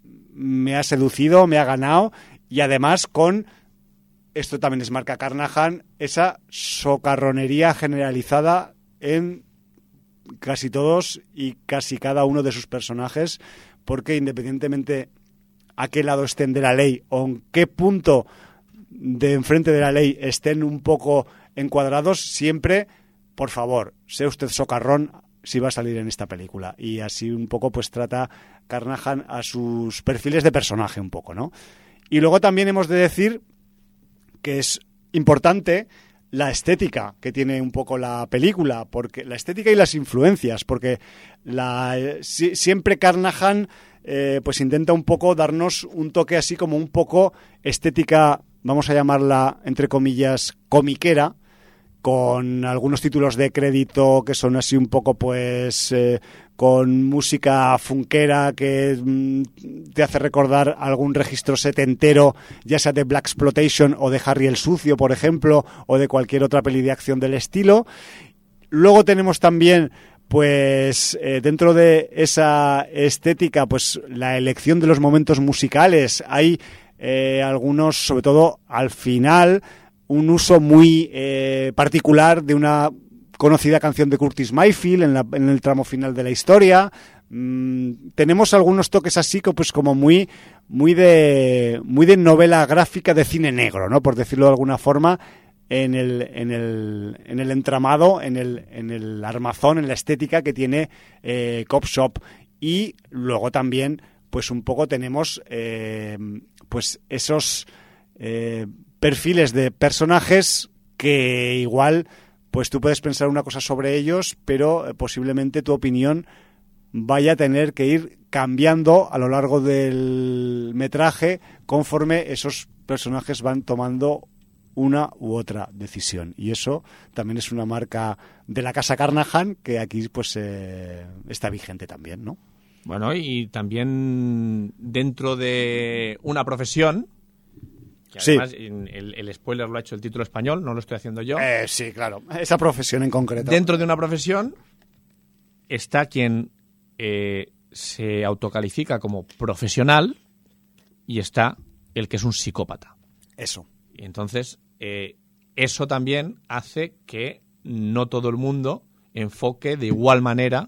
me ha seducido, me ha ganado, y además con, esto también es marca Carnahan, esa socarronería generalizada en casi todos y casi cada uno de sus personajes, porque independientemente a qué lado estén de la ley o en qué punto de enfrente de la ley estén un poco encuadrados, siempre, por favor, sea usted socarrón si va a salir en esta película. Y así un poco pues trata Carnahan a sus perfiles de personaje un poco, ¿no? Y luego también hemos de decir que es importante la estética que tiene un poco la película, porque la estética y las influencias, porque la, si, siempre Carnahan eh, pues intenta un poco darnos un toque así como un poco estética, vamos a llamarla entre comillas comiquera, con algunos títulos de crédito que son así un poco pues eh, con música funkera que mm, te hace recordar algún registro setentero, ya sea de Blaxploitation o de Harry el Sucio, por ejemplo, o de cualquier otra peli de acción del estilo. Luego tenemos también pues eh, dentro de esa estética pues la elección de los momentos musicales. Hay eh, algunos, sobre todo al final, un uso muy eh, particular de una conocida canción de Curtis Mayfield en, la, en el tramo final de la historia. Mm, tenemos algunos toques así pues como muy muy de muy de novela gráfica de cine negro, ¿no? Por decirlo de alguna forma, en el en el en el entramado, en el en el armazón, en la estética que tiene eh, Cop Shop. Y luego también pues un poco tenemos eh, pues esos eh, perfiles de personajes que igual pues tú puedes pensar una cosa sobre ellos, pero eh, posiblemente tu opinión vaya a tener que ir cambiando a lo largo del metraje conforme esos personajes van tomando una u otra decisión. Y eso también es una marca de la casa Carnahan que aquí pues eh, está vigente también, ¿no? Bueno, y también dentro de una profesión, que además sí. el, el spoiler lo ha hecho el título español, no lo estoy haciendo yo. Eh, sí, claro, esa profesión en concreto. Dentro de una profesión está quien eh, se autocalifica como profesional y está el que es un psicópata. Eso. Y entonces, eh, eso también hace que no todo el mundo enfoque de igual manera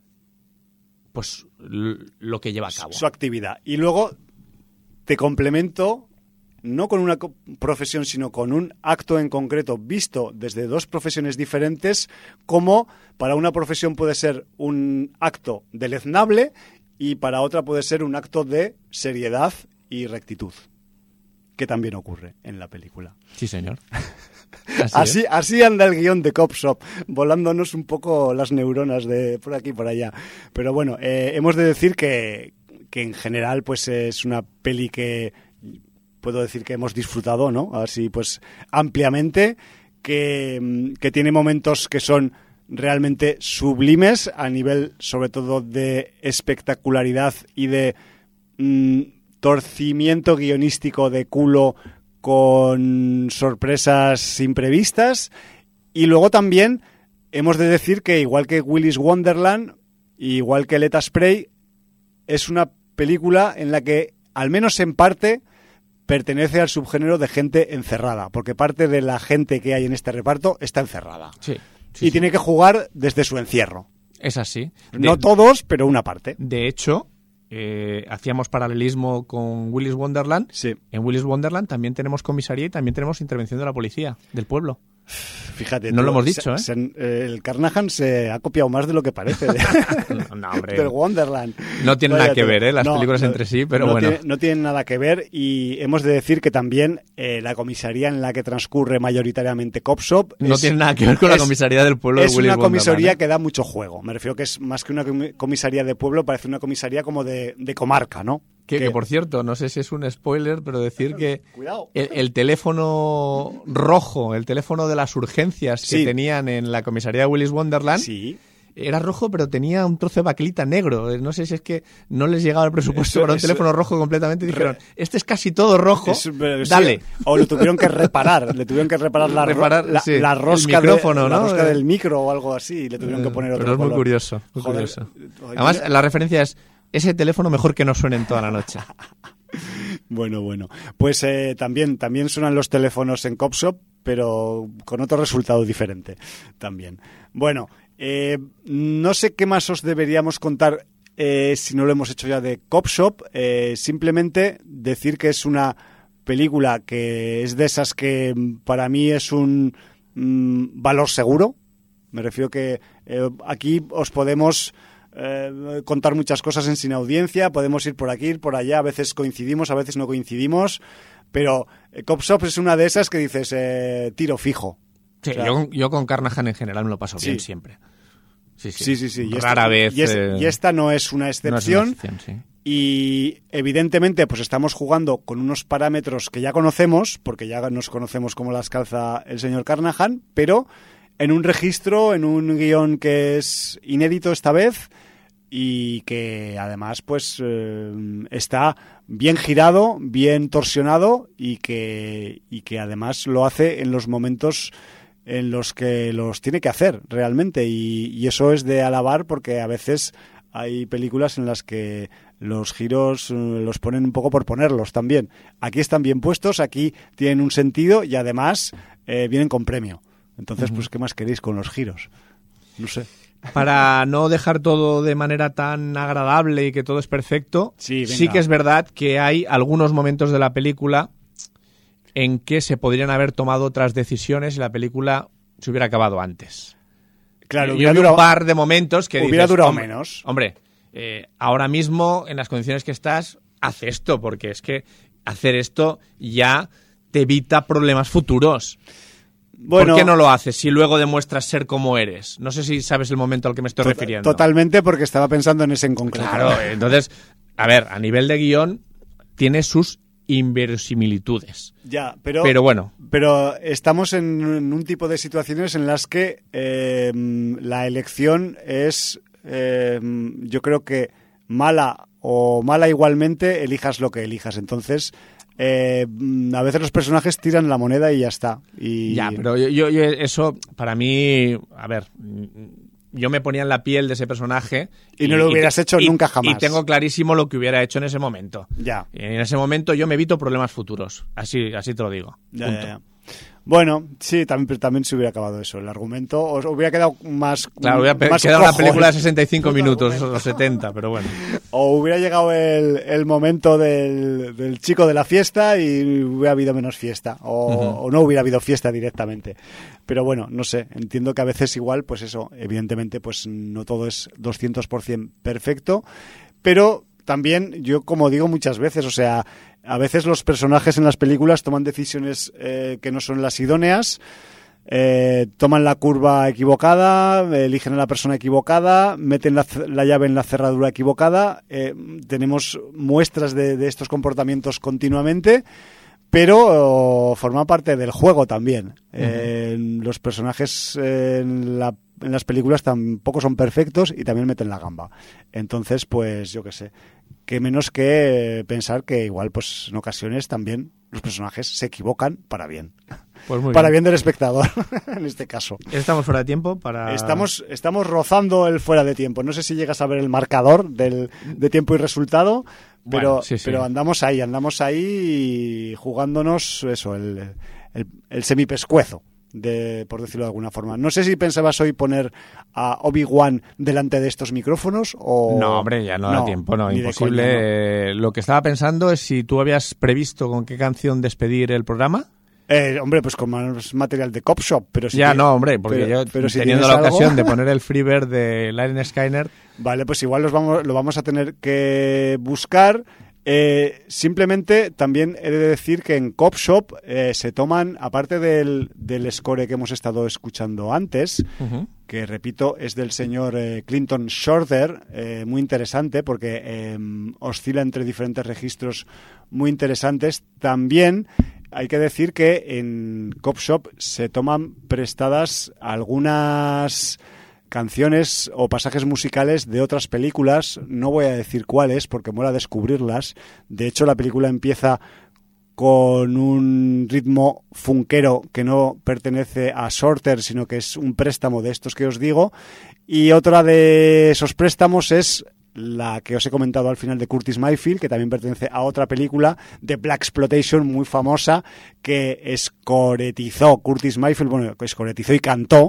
pues lo que lleva a cabo. Su actividad. Y luego te complemento, no con una profesión, sino con un acto en concreto visto desde dos profesiones diferentes, como para una profesión puede ser un acto deleznable y para otra puede ser un acto de seriedad y rectitud, que también ocurre en la película. Sí, señor. Así, así, así anda el guión de Cop Shop, volándonos un poco las neuronas de por aquí y por allá. Pero bueno, eh, hemos de decir que, que en general pues es una peli que puedo decir que hemos disfrutado, ¿no? Así pues ampliamente, que, que tiene momentos que son realmente sublimes a nivel sobre todo de espectacularidad y de mmm, torcimiento guionístico de culo con sorpresas imprevistas. Y luego también hemos de decir que igual que Willy's Wonderland, igual que Let Us Pray, es una película en la que, al menos en parte, pertenece al subgénero de gente encerrada, porque parte de la gente que hay en este reparto está encerrada. Sí, sí, y sí. tiene que jugar desde su encierro. Es así. De, no todos, pero una parte. De hecho, eh, hacíamos paralelismo con Willy's Wonderland. Sí. En Willy's Wonderland también tenemos comisaría y también tenemos intervención de la policía, del pueblo. Fíjate, no tú, lo hemos dicho, se, ¿eh? Se, el Carnahan se ha copiado más de lo que parece de, no, no, hombre. del Wonderland. No tienen Vaya, nada que ver, ¿eh? Las no, películas no, entre sí, pero no bueno. Tiene, no tienen nada que ver, y hemos de decir que también eh, la comisaría en la que transcurre mayoritariamente Cop Shop no es, tiene nada que ver con es, la comisaría del pueblo de Willy's Wonderland. Es una Wonderland, comisaría ¿eh? que da mucho juego. Me refiero que es más que una comisaría de pueblo, parece una comisaría como de, de comarca, ¿no? Que, que, que, por cierto, no sé si es un spoiler, pero decir que Cuidado. El, el teléfono rojo, el teléfono de las urgencias sí. que tenían en la comisaría de Willy's Wonderland, sí. era rojo, pero tenía un trozo de baquelita negro. No sé si es que no les llegaba el presupuesto eso, para un eso, teléfono rojo completamente y dijeron, este es casi todo rojo, eso, dale. Sí. O lo tuvieron que reparar, le tuvieron que reparar la, reparar, la, sí, la rosca, el micrófono, de, ¿no? la rosca del micro o algo así, y le tuvieron que poner otro Pero es muy color. curioso, muy Joder. curioso. Además, la referencia es, ese teléfono mejor que no suene en toda la noche. Bueno, bueno. Pues eh, también, también suenan los teléfonos en Cop Shop, pero con otro resultado diferente también. Bueno, eh, no sé qué más os deberíamos contar eh, si no lo hemos hecho ya de Cop Shop. Eh, simplemente decir que es una película que es de esas que para mí es un mm, valor seguro. Me refiero que eh, aquí os podemos... Eh, contar muchas cosas en Sin Audiencia, podemos ir por aquí, ir por allá, a veces coincidimos, a veces no coincidimos, pero eh, Cop Shop es una de esas que dices eh, tiro fijo. Sí, o sea, yo, yo con Carnahan en general me lo paso sí. bien siempre. Sí, sí, sí, sí, sí. Y rara esta, vez. Y, es, eh, y esta no es una excepción. No es una excepción, sí. Y evidentemente pues estamos jugando con unos parámetros que ya conocemos, porque ya nos conocemos cómo las calza el señor Carnahan, pero en un registro, en un guión que es inédito esta vez y que además pues eh, está bien girado, bien torsionado y que, y que además lo hace en los momentos en los que los tiene que hacer realmente, y, y eso es de alabar, porque a veces hay películas en las que los giros eh, los ponen un poco por ponerlos también. Aquí están bien puestos, aquí tienen un sentido y además eh, vienen con premio. Entonces, uh-huh. pues, ¿qué más queréis con los giros? No sé. Para no dejar todo de manera tan agradable y que todo es perfecto, sí, sí que es verdad que hay algunos momentos de la película en que se podrían haber tomado otras decisiones y la película se hubiera acabado antes. Claro, Yo vi un par de momentos que hubiera dices, durado hombre, menos. Hombre, eh, ahora mismo, en las condiciones que estás, haz esto, porque es que hacer esto ya te evita problemas futuros. Bueno, ¿por qué no lo haces si luego demuestras ser como eres? No sé si sabes el momento al que me estoy to- refiriendo. Totalmente, porque estaba pensando en ese en concreto. Claro, entonces, a ver, a nivel de guión, tiene sus inverosimilitudes. Ya, pero, pero bueno. Pero estamos en, en un tipo de situaciones en las que eh, la elección es, eh, yo creo que mala o mala igualmente, elijas lo que elijas. Entonces... Eh, a veces los personajes tiran la moneda y ya está. Y... Ya, pero yo, yo, yo eso, para mí, a ver, yo me ponía en la piel de ese personaje. Y, y no lo hubieras y, hecho y, nunca jamás. Y tengo clarísimo lo que hubiera hecho en ese momento. Ya. Y en ese momento yo me evito problemas futuros. Así, así te lo digo. Ya, Punto. ya, ya. Bueno, sí, también, también se hubiera acabado eso. El argumento os hubiera quedado más. Claro, hubiera más quedado cojo, una película de sesenta y cinco el, minutos o setenta, pero bueno. O hubiera llegado el, el momento del, del chico de la fiesta y hubiera habido menos fiesta. O, uh-huh. o no hubiera habido fiesta directamente. Pero bueno, no sé. Entiendo que a veces igual, pues eso, evidentemente, pues no todo es doscientos por ciento perfecto. Pero también, yo como digo muchas veces, o sea, a veces los personajes en las películas toman decisiones eh, que no son las idóneas. eh, toman la curva equivocada, eligen a la persona equivocada, meten la, la llave en la cerradura equivocada. Eh, tenemos muestras de, de estos comportamientos continuamente, pero oh, forma parte del juego también. Uh-huh. Eh, los personajes eh, en, la, en las películas tampoco son perfectos y también meten la gamba. Entonces, pues yo qué sé, qué menos que pensar que igual pues en ocasiones también los personajes se equivocan para bien. Pues muy para bien. bien del espectador, en este caso. Estamos fuera de tiempo para... Estamos, estamos rozando el fuera de tiempo. No sé si llegas a ver el marcador del, de tiempo y resultado, pero, bueno, sí, sí. pero andamos ahí, andamos ahí jugándonos eso, el, el, el semipescuezo, de, por decirlo de alguna forma. No sé si pensabas hoy poner a Obi-Wan delante de estos micrófonos o... No, hombre, ya no, no da tiempo, no, imposible. Coña, no. Lo que estaba pensando es si tú habías previsto con qué canción despedir el programa. Eh, hombre, pues con más material de Cop Shop, pero si ya te, no, hombre, porque pero, yo pero si teniendo la algo... ocasión de poner el Freebird de Lynyrd Skynyrd. Vale, pues igual los vamos, lo vamos a tener que buscar. Eh, simplemente también he de decir que en Cop Shop eh, se toman, aparte del, del score que hemos estado escuchando antes, uh-huh. que repito es del señor eh, Clinton Shorter, eh, muy interesante porque eh, oscila entre diferentes registros muy interesantes. También hay que decir que en Cop Shop se toman prestadas algunas canciones o pasajes musicales de otras películas. No voy a decir cuáles porque mola descubrirlas. De hecho, la película empieza con un ritmo funkero que no pertenece a Shorter, sino que es un préstamo de estos que os digo. Y otra de esos préstamos es la que os he comentado al final de Curtis Mayfield, que también pertenece a otra película de Blaxploitation muy famosa que escoretizó Curtis Mayfield, bueno, escoretizó y cantó.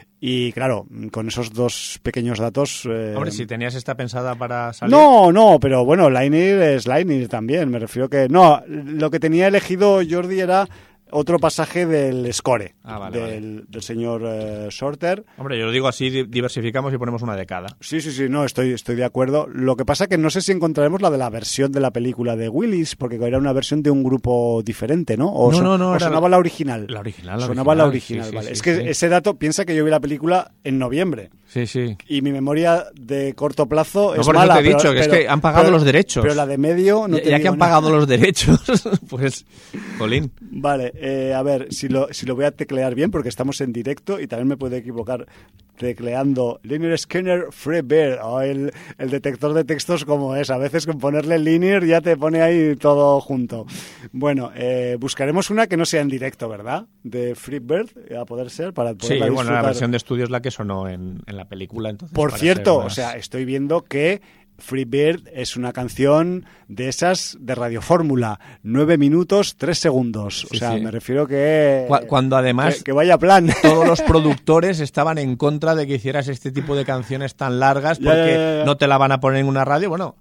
Y claro, con esos dos pequeños datos... Eh... Hombre, si tenías esta pensada para salir... No, no, pero bueno, Lynyrd es Lynyrd también, me refiero que... No, lo que tenía elegido Jordi era otro pasaje del score, ah, vale, del, vale. del señor eh, Shorter. Hombre, yo lo digo así, diversificamos y ponemos una de cada. Sí, sí, sí, no, estoy, estoy de acuerdo. Lo que pasa que no sé si encontraremos la de la versión de la película de Willis, porque era una versión de un grupo diferente, ¿no? O, no, son, no, no, o sonaba la original. La original, la Sonaba original. la original, sí, sí, vale. Sí, es que sí. ese dato, piensa que yo vi la película en noviembre. Sí, sí. Y mi memoria de corto plazo no, es por mala. Eso te he dicho, pero, que es pero, que han pagado pero, los derechos. Pero la de medio no Ya, te ya que han pagado nada. los derechos, pues, Colín. Vale, eh, a ver, si lo, si lo voy a teclear bien, porque estamos en directo y también me puedo equivocar tecleando Lynyrd Skynyrd Freebird, o el, el detector de textos como es. A veces con ponerle Lynyrd ya te pone ahí todo junto. Bueno, eh, buscaremos una que no sea en directo, ¿verdad? De Freebird, a poder ser, para poder Sí, bueno, la versión de estudio es la que sonó en, en la película. Entonces, Por cierto, más... o sea, estoy viendo que Freebird es una canción de esas de radiofórmula, nueve minutos, tres segundos. Sí, o sea, sí. me refiero que... Cuando además... Que, que vaya plan. Todos los productores estaban en contra de que hicieras este tipo de canciones tan largas porque ya, ya, ya. no te la van a poner en una radio. Bueno,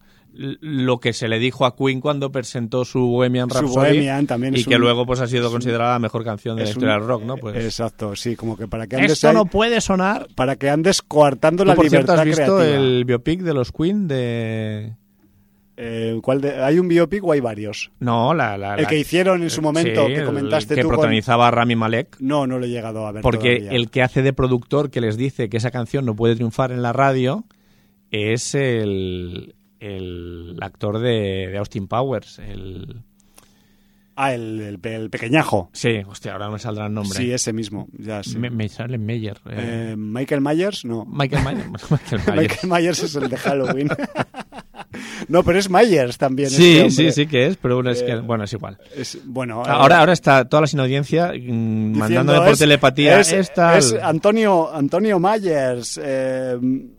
lo que se le dijo a Queen cuando presentó su Bohemian Rhapsody, su Bohemian también y es que un, luego pues ha sido considerada la mejor canción de la historia un, del rock, ¿no? Pues exacto, sí, como que para que andes esto ahí, no puede sonar, para que andes coartando la por libertad cierto, ¿has visto creativa. el biopic de los Queen de Eh, ¿cuál de, ¿Hay un biopic o hay varios? No, la, la, el la que hicieron en su momento, sí, que comentaste el que tú. Que protagonizaba con... Rami Malek. No, no lo he llegado a ver. Porque todavía. El que hace de productor, que les dice que esa canción no puede triunfar en la radio, es el, el actor de, de Austin Powers. El... Ah, el, el, el pequeñajo. Sí, hostia, ahora no me saldrá el nombre. Sí, ese mismo. Ya, sí. Me, me sale Meyer. Eh, eh, Michael Myers, no. Michael Myers. Michael Myers. Michael Myers es el de Halloween. No, pero es Myers también. Sí, este sí, sí que es, pero bueno, es eh, que bueno, es igual. Es, bueno, ahora, eh, ahora está toda la sin audiencia mmm, mandándome por es, telepatía. Es, es, tal... es Antonio, Antonio Myers. Eh...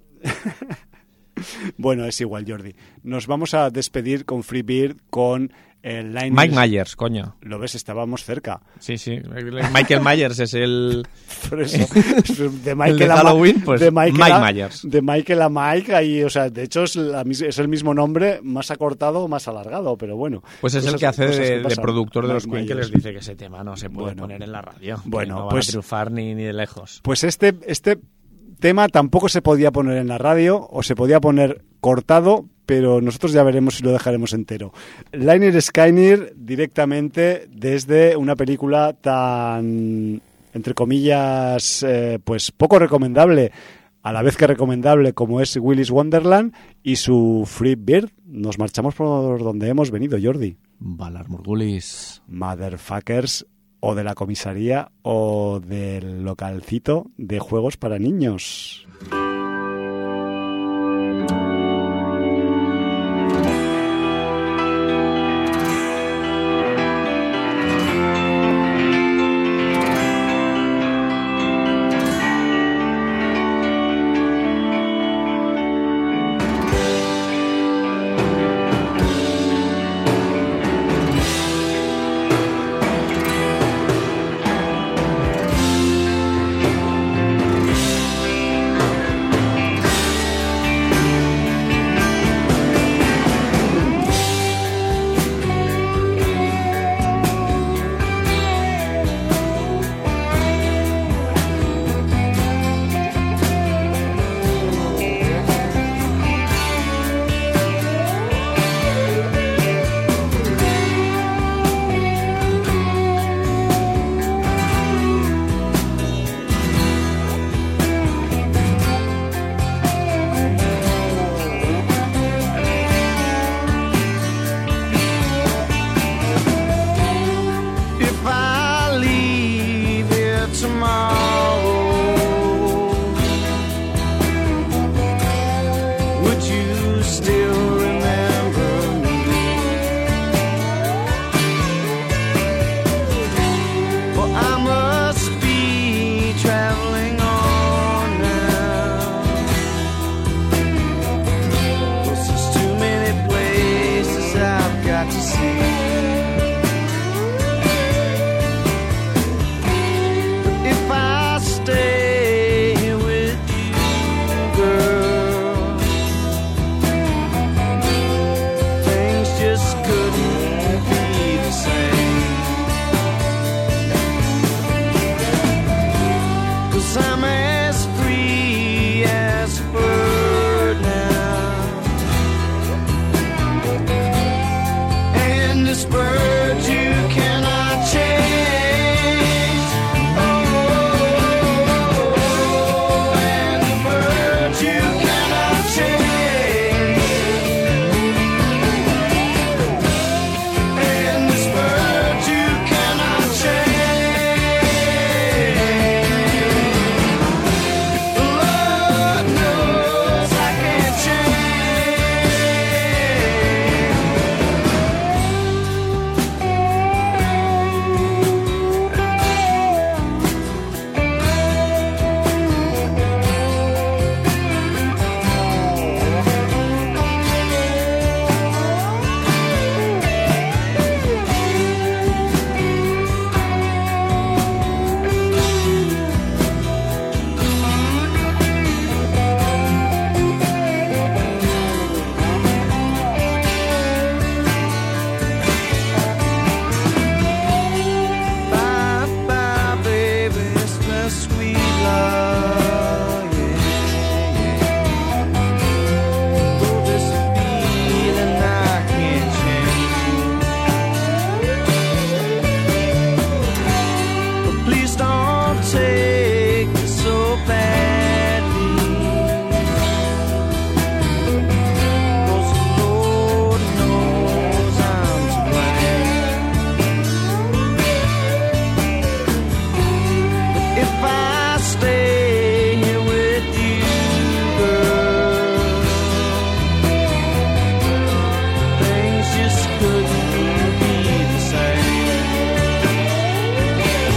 Bueno, es igual, Jordi. Nos vamos a despedir con Freebird, con el Lynyrd... Mike Myers, coño. Lo ves, estábamos cerca. Sí, sí. Michael Myers es el... Por eso, de Michael el de a Halloween, pues de Michael Mike a, Myers. De Michael a Mike, ahí, o sea, de hecho es, la, es el mismo nombre, más acortado, más alargado, pero bueno. Pues es cosas, el que hace de, que de productor de los Queen, que les dice que ese tema no se puede bueno, poner en la radio. Bueno, no pues, van a triunfar ni, ni de lejos. Pues este... este tema tampoco se podía poner en la radio o se podía poner cortado, pero nosotros ya veremos si lo dejaremos entero. Lynyrd Skynyrd directamente desde una película tan entre comillas, eh, pues poco recomendable, a la vez que recomendable, como es Willy's Wonderland y su Free Bird. Nos marchamos por donde hemos venido, Jordi. Valar Morgulis. Motherfuckers, o de la comisaría o del localcito de juegos para niños.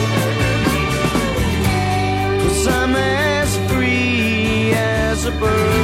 a bird.